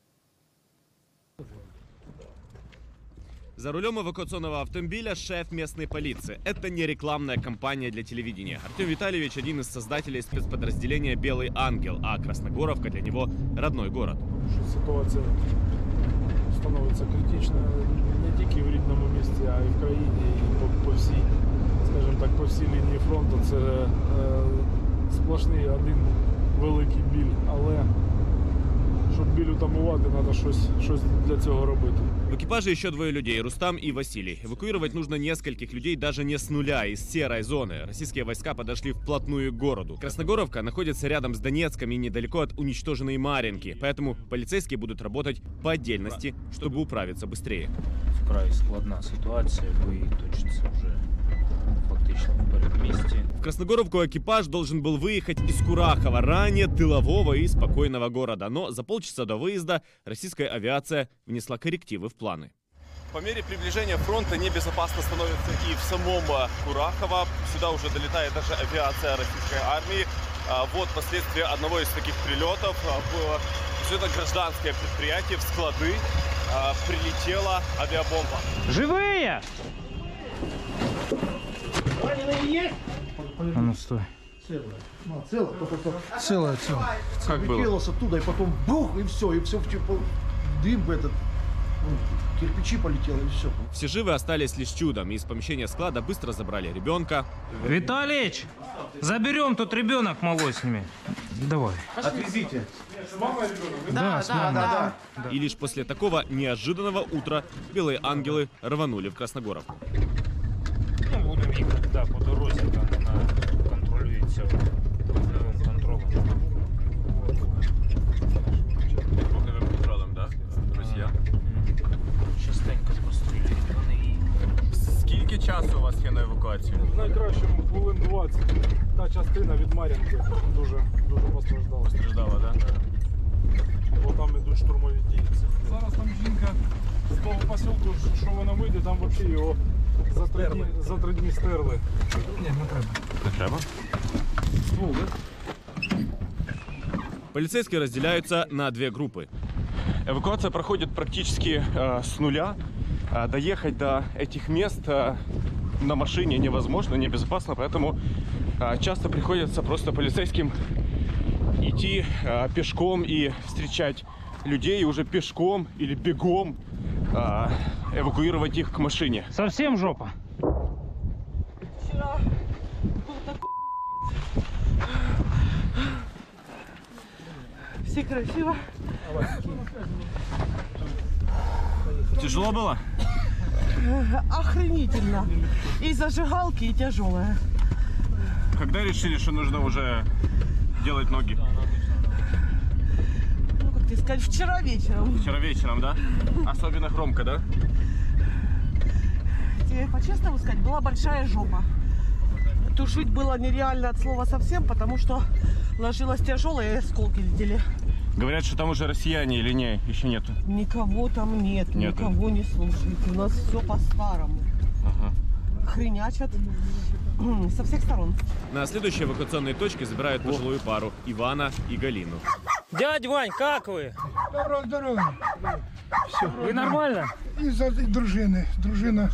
За рулем эвакуационного автомобиля шеф местной полиции. Это не рекламная кампания для телевидения. Артем Витальевич – один из создателей спецподразделения «Белый ангел», а Красногоровка для него – родной город. Ситуация становится критична не тільки в рідному місті, а й в країні, і по всій, скажімо так, по всій лінії фронту. Це сплошний один великий біль, але щоб біль утамувати, треба щось для цього робити. В экипаже еще 2 людей – Рустам и Василий. Эвакуировать нужно нескольких людей даже не с нуля, из серой зоны. Российские войска подошли вплотную к городу. Красногоровка находится рядом с Донецком и недалеко от уничтоженной Марьинки. Поэтому полицейские будут работать по отдельности, чтобы управиться быстрее. Вкрай складна ситуація, бої точаться вже фактично В Красногоровку экипаж должен был выехать из Курахова, ранее тылового и спокойного города. Но за полчаса до выезда российская авиация внесла коррективы в планы. По мере приближения фронта небезопасно становится и в самом Курахово. Сюда уже долетает даже авиация российской армии. Вот последствия одного из таких прилетов. Все это гражданское предприятие, в склады прилетела авиабомба. Живые! Раненые есть? А ну стой. Целая. Как было? Прилетелось оттуда, и потом бух, и все дым этот, кирпичи полетело, и все. Все живы остались лишь чудом. Из помещения склада быстро забрали ребенка. Виталич, заберем тут ребенок малой с ними. Давай. Отвезите. С мамой ребенок? Да, с мамой. Да. И лишь после такого неожиданного утра белые ангелы рванули в Красногоровку. Ну, будем ехать, да, по дороге, там она контролирует все. Контролем. Контролем, да? Росія? Частенько пострілюють вони. Скільки часу у вас є на евакуацію? В найкращому хвилин 20. Та частина від Мар'їнки дуже постраждала. Постраждала, так? Бо там ідуть штурмові дії. Зараз там жінка з того поселку, що вона вийде, там взагалі його за 3 дні стерли. Ні, не треба. Не треба? Полицейские разделяются на две группы. Эвакуация проходит практически с нуля. Доехать до этих мест на машине невозможно, небезопасно, поэтому часто приходится просто полицейским идти пешком и встречать людей уже пешком или бегом эвакуировать их к машине. Совсем жопа? Вчера был такой... Все красиво. Тяжело было? Охренительно. И зажигалки, и тяжелая. Когда решили, что нужно уже делать ноги? Ну, как тебе сказать, вчера вечером. Вчера вечером, да? Особенно громко, да? Тебе по-честному сказать, была большая жопа. Тушить было нереально от слова совсем, потому что ложилась тяжелая, и осколки летели. Говорят, что там уже россияне или не, еще нету? Никого там нет, никого не слушайте. У нас все по-старому. Ага. Хренячат со всех сторон. На следующей эвакуационной точке забирают пожилую пару Ивана и Галину. Дядя Вань, как вы? Здорово. Все. Вы нормально? Із-за дружини. Дружина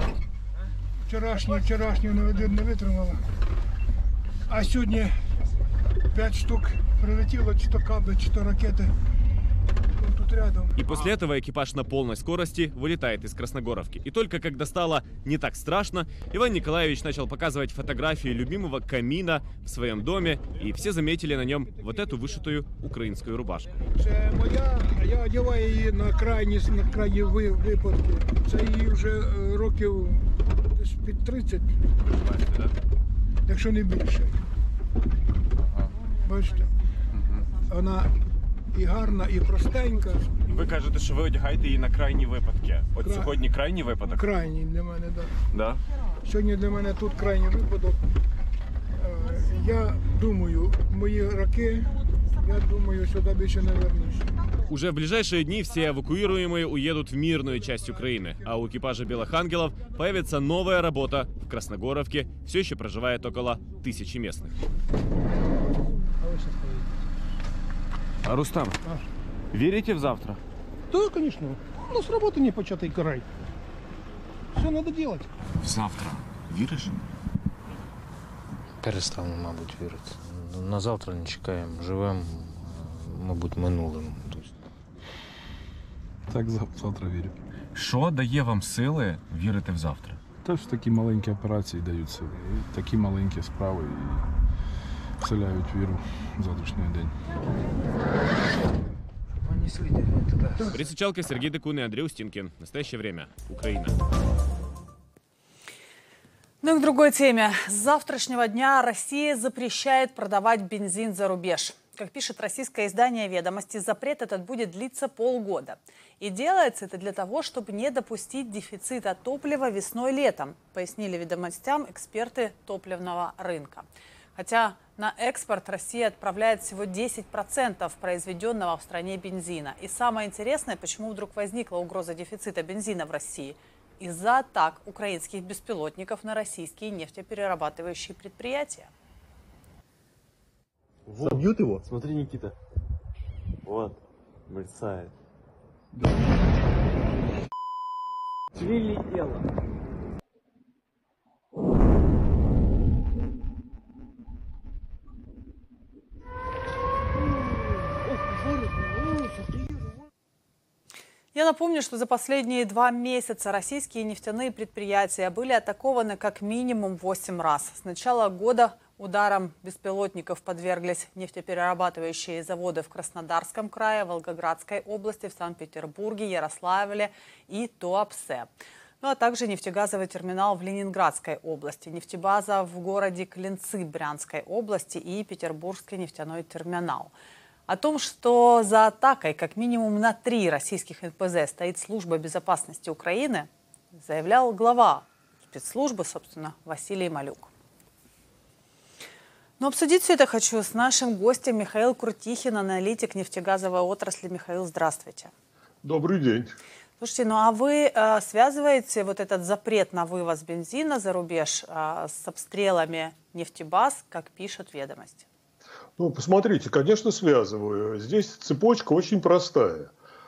вчорашню не витримала. А сьогодні 5 штук прилетіло, чи то каби, чи то ракети. Тут рядом. И после этого экипаж на полной скорости вылетает из Красногоровки. И только когда стало не так страшно, Иван Николаевич начал показывать фотографии любимого камина в своем доме, и все заметили на нем вот эту вышитую украинскую рубашку. Це моя, а я одягаю її на крайні випадки. Це її вже років десь під 30, якщо не більше. Бачите, вона і гарна, і простенька. Ви кажете, що ви одягаєте її на крайні випадки. От сьогодні крайній випадок? Крайній для мене, так. Да? Сьогодні для мене тут крайній випадок. Я думаю, мої роки, я думаю, сюди більше не вернусь. Уже в ближайшие дни все эвакуируемые уедут в мирную часть Украины, а у экипажа «Белых ангелов» появится новая работа в Красногоровке. Все еще проживает около 1000 местных. Рустам, верите в завтра? Да, конечно. У нас работа не початый край. Все надо делать. В завтра віриш? Перестану, мабуть, вірити. На завтра не чекаємо. Живемо, мабуть, минулим. Так, завтра вірю. Що дає вам сили вірити в завтра? Теж такі маленькі операції дають сили. І такі маленькі справи і вселяють віру в завтрашній день. Пресечалка Сергей Декун и Андрей Устинкин. В настоящее время. Украина. Ну и к другой теме. С завтрашнего дня Россия запрещает продавать бензин за рубеж. Как пишет российское издание «Ведомости», запрет этот будет длиться полгода. И делается это для того, чтобы не допустить дефицита топлива весной-летом, пояснили «Ведомостям» эксперты топливного рынка. Хотя на экспорт Россия отправляет всего 10% произведенного в стране бензина. И самое интересное, почему вдруг возникла угроза дефицита бензина в России? Из-за атак украинских беспилотников на российские нефтеперерабатывающие предприятия. Вот. Собьют его? Смотри, Никита. Вот, мерцает. Прилетело. Я напомню, что за последние 2 месяца российские нефтяные предприятия были атакованы как минимум 8 раз. С начала года ударам беспилотников подверглись нефтеперерабатывающие заводы в Краснодарском крае, Волгоградской области, в Санкт-Петербурге, Ярославле и Туапсе. Ну а также нефтегазовый терминал в Ленинградской области, нефтебаза в городе Клинцы Брянской области и Петербургский нефтяной терминал. О том, что за атакой как минимум на 3 российских НПЗ стоит служба безопасности Украины, заявлял глава спецслужбы, собственно, Василий Малюк. Но обсудить все это хочу с нашим гостем Михаил Крутихин, аналитик нефтегазовой отрасли. Михаил, здравствуйте. Добрый день. Слушайте, ну а вы связываете вот этот запрет на вывоз бензина за рубеж с обстрелами нефтебаз, как пишут «Ведомости»? Ну, посмотрите, конечно, связываю. Здесь цепочка очень простая.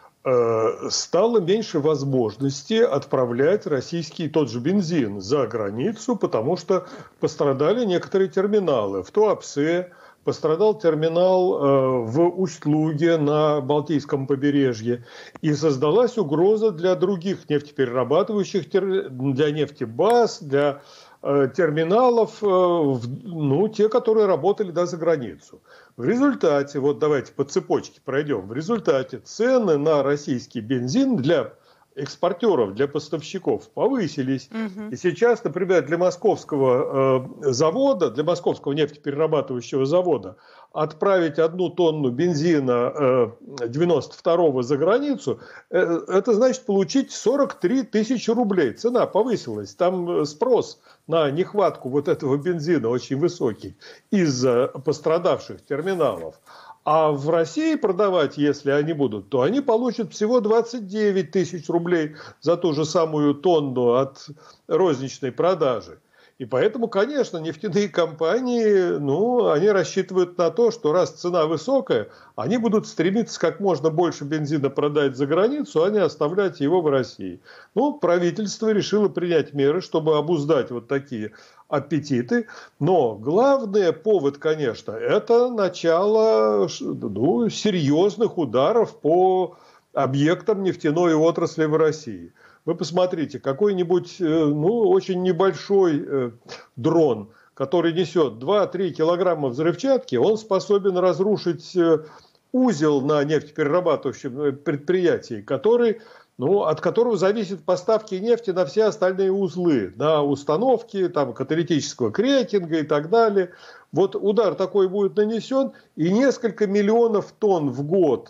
Стало меньше возможности отправлять российский тот же бензин за границу, потому что пострадали некоторые терминалы. В Туапсе пострадал терминал в Усть-Луге на Балтийском побережье. И создалась угроза для других нефтеперерабатывающих, для нефтебаз, для терминалов, ну, те, которые работали за границу. В результате, вот давайте по цепочке пройдем, в результате цены на российский бензин для экспортеров, для поставщиков повысились. И сейчас, например, для московского завода, для московского нефтеперерабатывающего завода отправить 1 тонну бензина 92-го за границу, это значит получить 43 тысячи рублей. Цена повысилась. Там спрос на нехватку вот этого бензина очень высокий из-за пострадавших терминалов. А в России продавать, если они будут, то они получат всего 29 тысяч рублей за ту же самую тонну от розничной продажи. И поэтому, конечно, нефтяные компании, ну, они рассчитывают на то, что раз цена высокая, они будут стремиться как можно больше бензина продать за границу, а не оставлять его в России. Ну, правительство решило принять меры, чтобы обуздать вот такие аппетиты. Но главный повод, конечно, это начало серьезных ударов по объектам нефтяной отрасли в России. Вы посмотрите, какой-нибудь очень небольшой дрон, который несет 2-3 килограмма взрывчатки, он способен разрушить узел на нефтеперерабатывающем предприятии, который, от которого зависят поставки нефти на все остальные узлы, на установки каталитического крекинга и так далее. Вот удар такой будет нанесен, и несколько миллионов тонн в год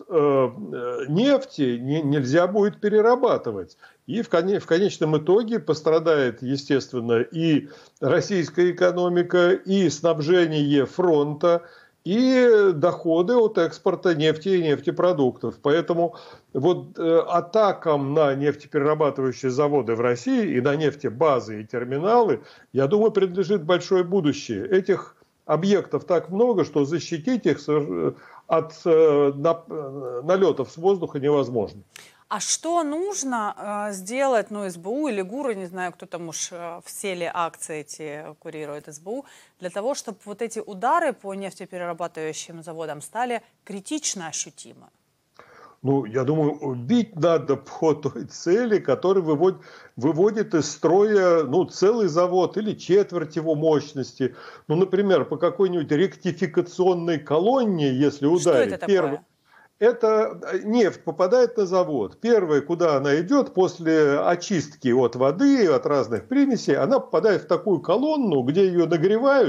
нефти нельзя будет перерабатывать. И в конечном итоге пострадает, естественно, и российская экономика, и снабжение фронта, и доходы от экспорта нефти и нефтепродуктов. Поэтому вот атакам на нефтеперерабатывающие заводы в России и на нефтебазы и терминалы, я думаю, принадлежит большое будущее. Этих объектов так много, что защитить их от налетов с воздуха невозможно. А что нужно сделать, СБУ или ГУРу, не знаю, кто там уж все ли акции эти курирует СБУ, для того, чтобы вот эти удары по нефтеперерабатывающим заводам стали критично ощутимы? Я думаю, бить надо по той цели, которая выводит из строя целый завод или четверть его мощности. Например, по какой-нибудь ректификационной колонне, если ударить. Что это такое? Это нефть попадает на завод. Первое, куда она идет после очистки от воды, от разных примесей, она попадает в такую колонну, где ее нагревают,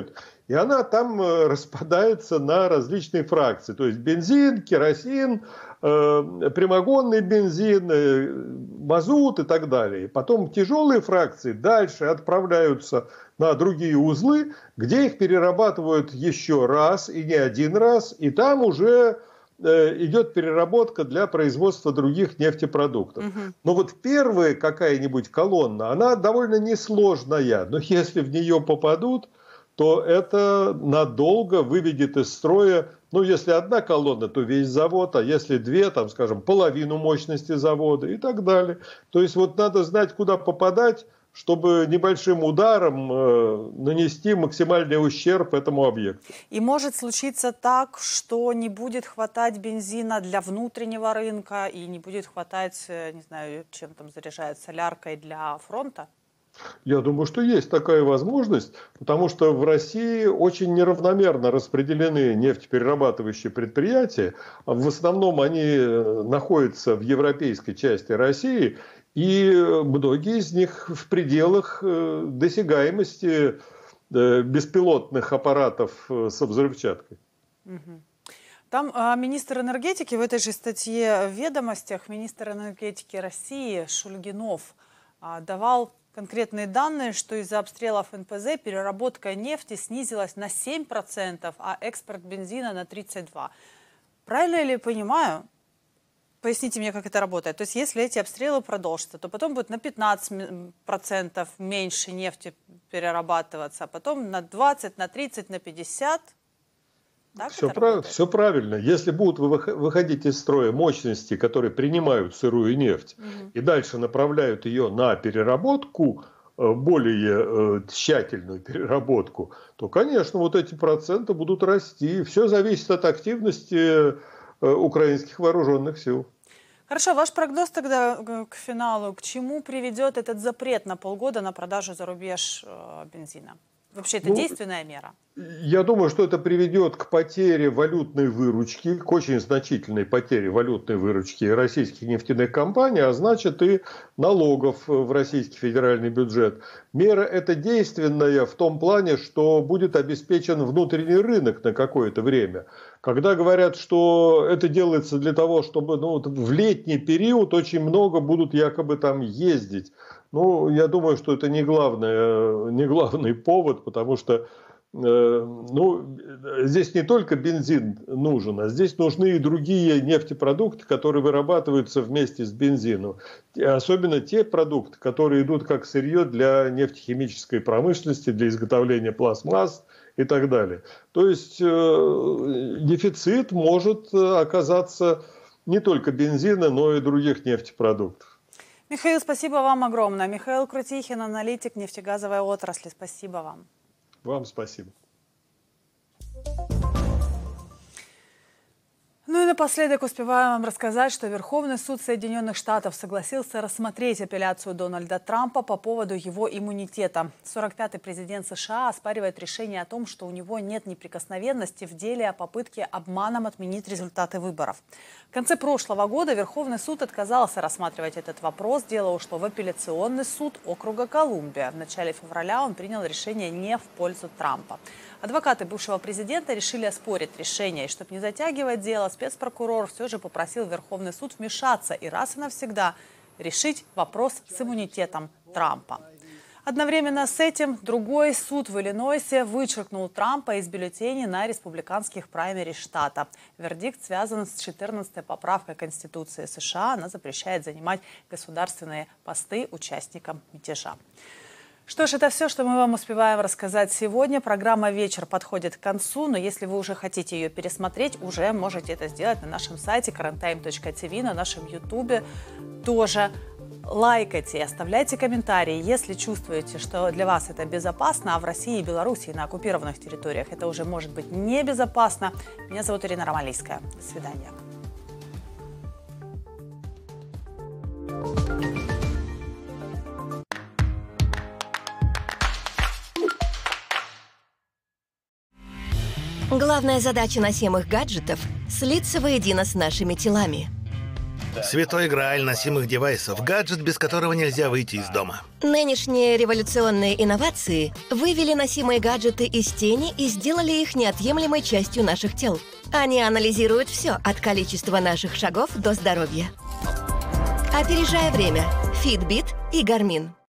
и она там распадается на различные фракции. То есть бензин, керосин, прямогонный бензин, мазут и так далее. Потом тяжелые фракции дальше отправляются на другие узлы, где их перерабатывают еще раз и не один раз, и там уже идет переработка для производства других нефтепродуктов. Но вот первая какая-нибудь колонна, она довольно несложная, но если в нее попадут, то это надолго выведет из строя, ну, если одна колонна, то весь завод, а если две, там, скажем, половину мощности завода и так далее. То есть вот надо знать, куда попадать, чтобы небольшим ударом нанести максимальный ущерб этому объекту. И может случиться так, что не будет хватать бензина для внутреннего рынка и не будет хватать, не знаю, чем там заряжают, соляркой для фронта? Я думаю, что есть такая возможность, потому что в России очень неравномерно распределены нефтеперерабатывающие предприятия. В основном они находятся в европейской части России, и многие из них в пределах досягаемости беспилотных аппаратов со взрывчаткой. Там министр энергетики в этой же статье в «Ведомостях», министр энергетики России Шульгинов давал конкретные данные, что из-за обстрелов НПЗ переработка нефти снизилась на 7%, а экспорт бензина на 32%. Правильно ли понимаю? Поясните мне, как это работает. То есть, если эти обстрелы продолжатся, то потом будет на 15% меньше нефти перерабатываться, а потом на 20%, на 30%, на 50%. Все правильно. Если будут выходить из строя мощности, которые принимают сырую нефть, и дальше направляют ее на переработку, более тщательную переработку, то, конечно, вот эти проценты будут расти. Все зависит от активности украинских вооруженных сил. Хорошо, ваш прогноз тогда к финалу. К чему приведет этот запрет на полгода на продажу за рубеж бензина? Вообще, это действенная мера? Я думаю, что это приведет к потере валютной выручки, к очень значительной потере валютной выручки российских нефтяных компаний, а значит и налогов в российский федеральный бюджет. Мера эта действенная в том плане, что будет обеспечен внутренний рынок на какое-то время. Когда говорят, что это делается для того, чтобы в летний период очень много будут якобы там ездить, я думаю, что это не главный повод, потому что здесь не только бензин нужен, а здесь нужны и другие нефтепродукты, которые вырабатываются вместе с бензином. Особенно те продукты, которые идут как сырье для нефтехимической промышленности, для изготовления пластмасс и так далее. То есть дефицит может оказаться не только бензина, но и других нефтепродуктов. Михаил, спасибо вам огромное. Михаил Крутихин, аналитик нефтегазовой отрасли. Спасибо вам. Вам спасибо. Ну и напоследок успеваю вам рассказать, что Верховный суд Соединенных Штатов согласился рассмотреть апелляцию Дональда Трампа по поводу его иммунитета. 45-й президент США оспаривает решение о том, что у него нет неприкосновенности в деле о попытке обманом отменить результаты выборов. В конце прошлого года Верховный суд отказался рассматривать этот вопрос. Дело ушло в апелляционный суд округа Колумбия. В начале февраля он принял решение не в пользу Трампа. Адвокаты бывшего президента решили оспорить решение. И чтобы не затягивать дело, спецпрокурор все же попросил Верховный суд вмешаться и раз и навсегда решить вопрос с иммунитетом Трампа. Одновременно с этим другой суд в Иллинойсе вычеркнул Трампа из бюллетеней на республиканских праймерис штата. Вердикт связан с 14-й поправкой Конституции США. Она запрещает занимать государственные посты участникам мятежа. Что ж, это все, что мы вам успеваем рассказать сегодня. Программа «Вечер» подходит к концу, но если вы уже хотите ее пересмотреть, уже можете это сделать на нашем сайте currenttime.tv, на нашем ютубе тоже. Лайкайте, оставляйте комментарии, если чувствуете, что для вас это безопасно, а в России и Беларуси, на оккупированных территориях, это уже может быть небезопасно. Меня зовут Ирина Ромалийская. До свидания. Главная задача носимых гаджетов – слиться воедино с нашими телами. Святой грааль носимых девайсов, гаджет, без которого нельзя выйти из дома. Нынешние революционные инновации вывели носимые гаджеты из тени и сделали их неотъемлемой частью наших тел. Они анализируют все, от количества наших шагов до здоровья. Опережая время. Fitbit и Garmin.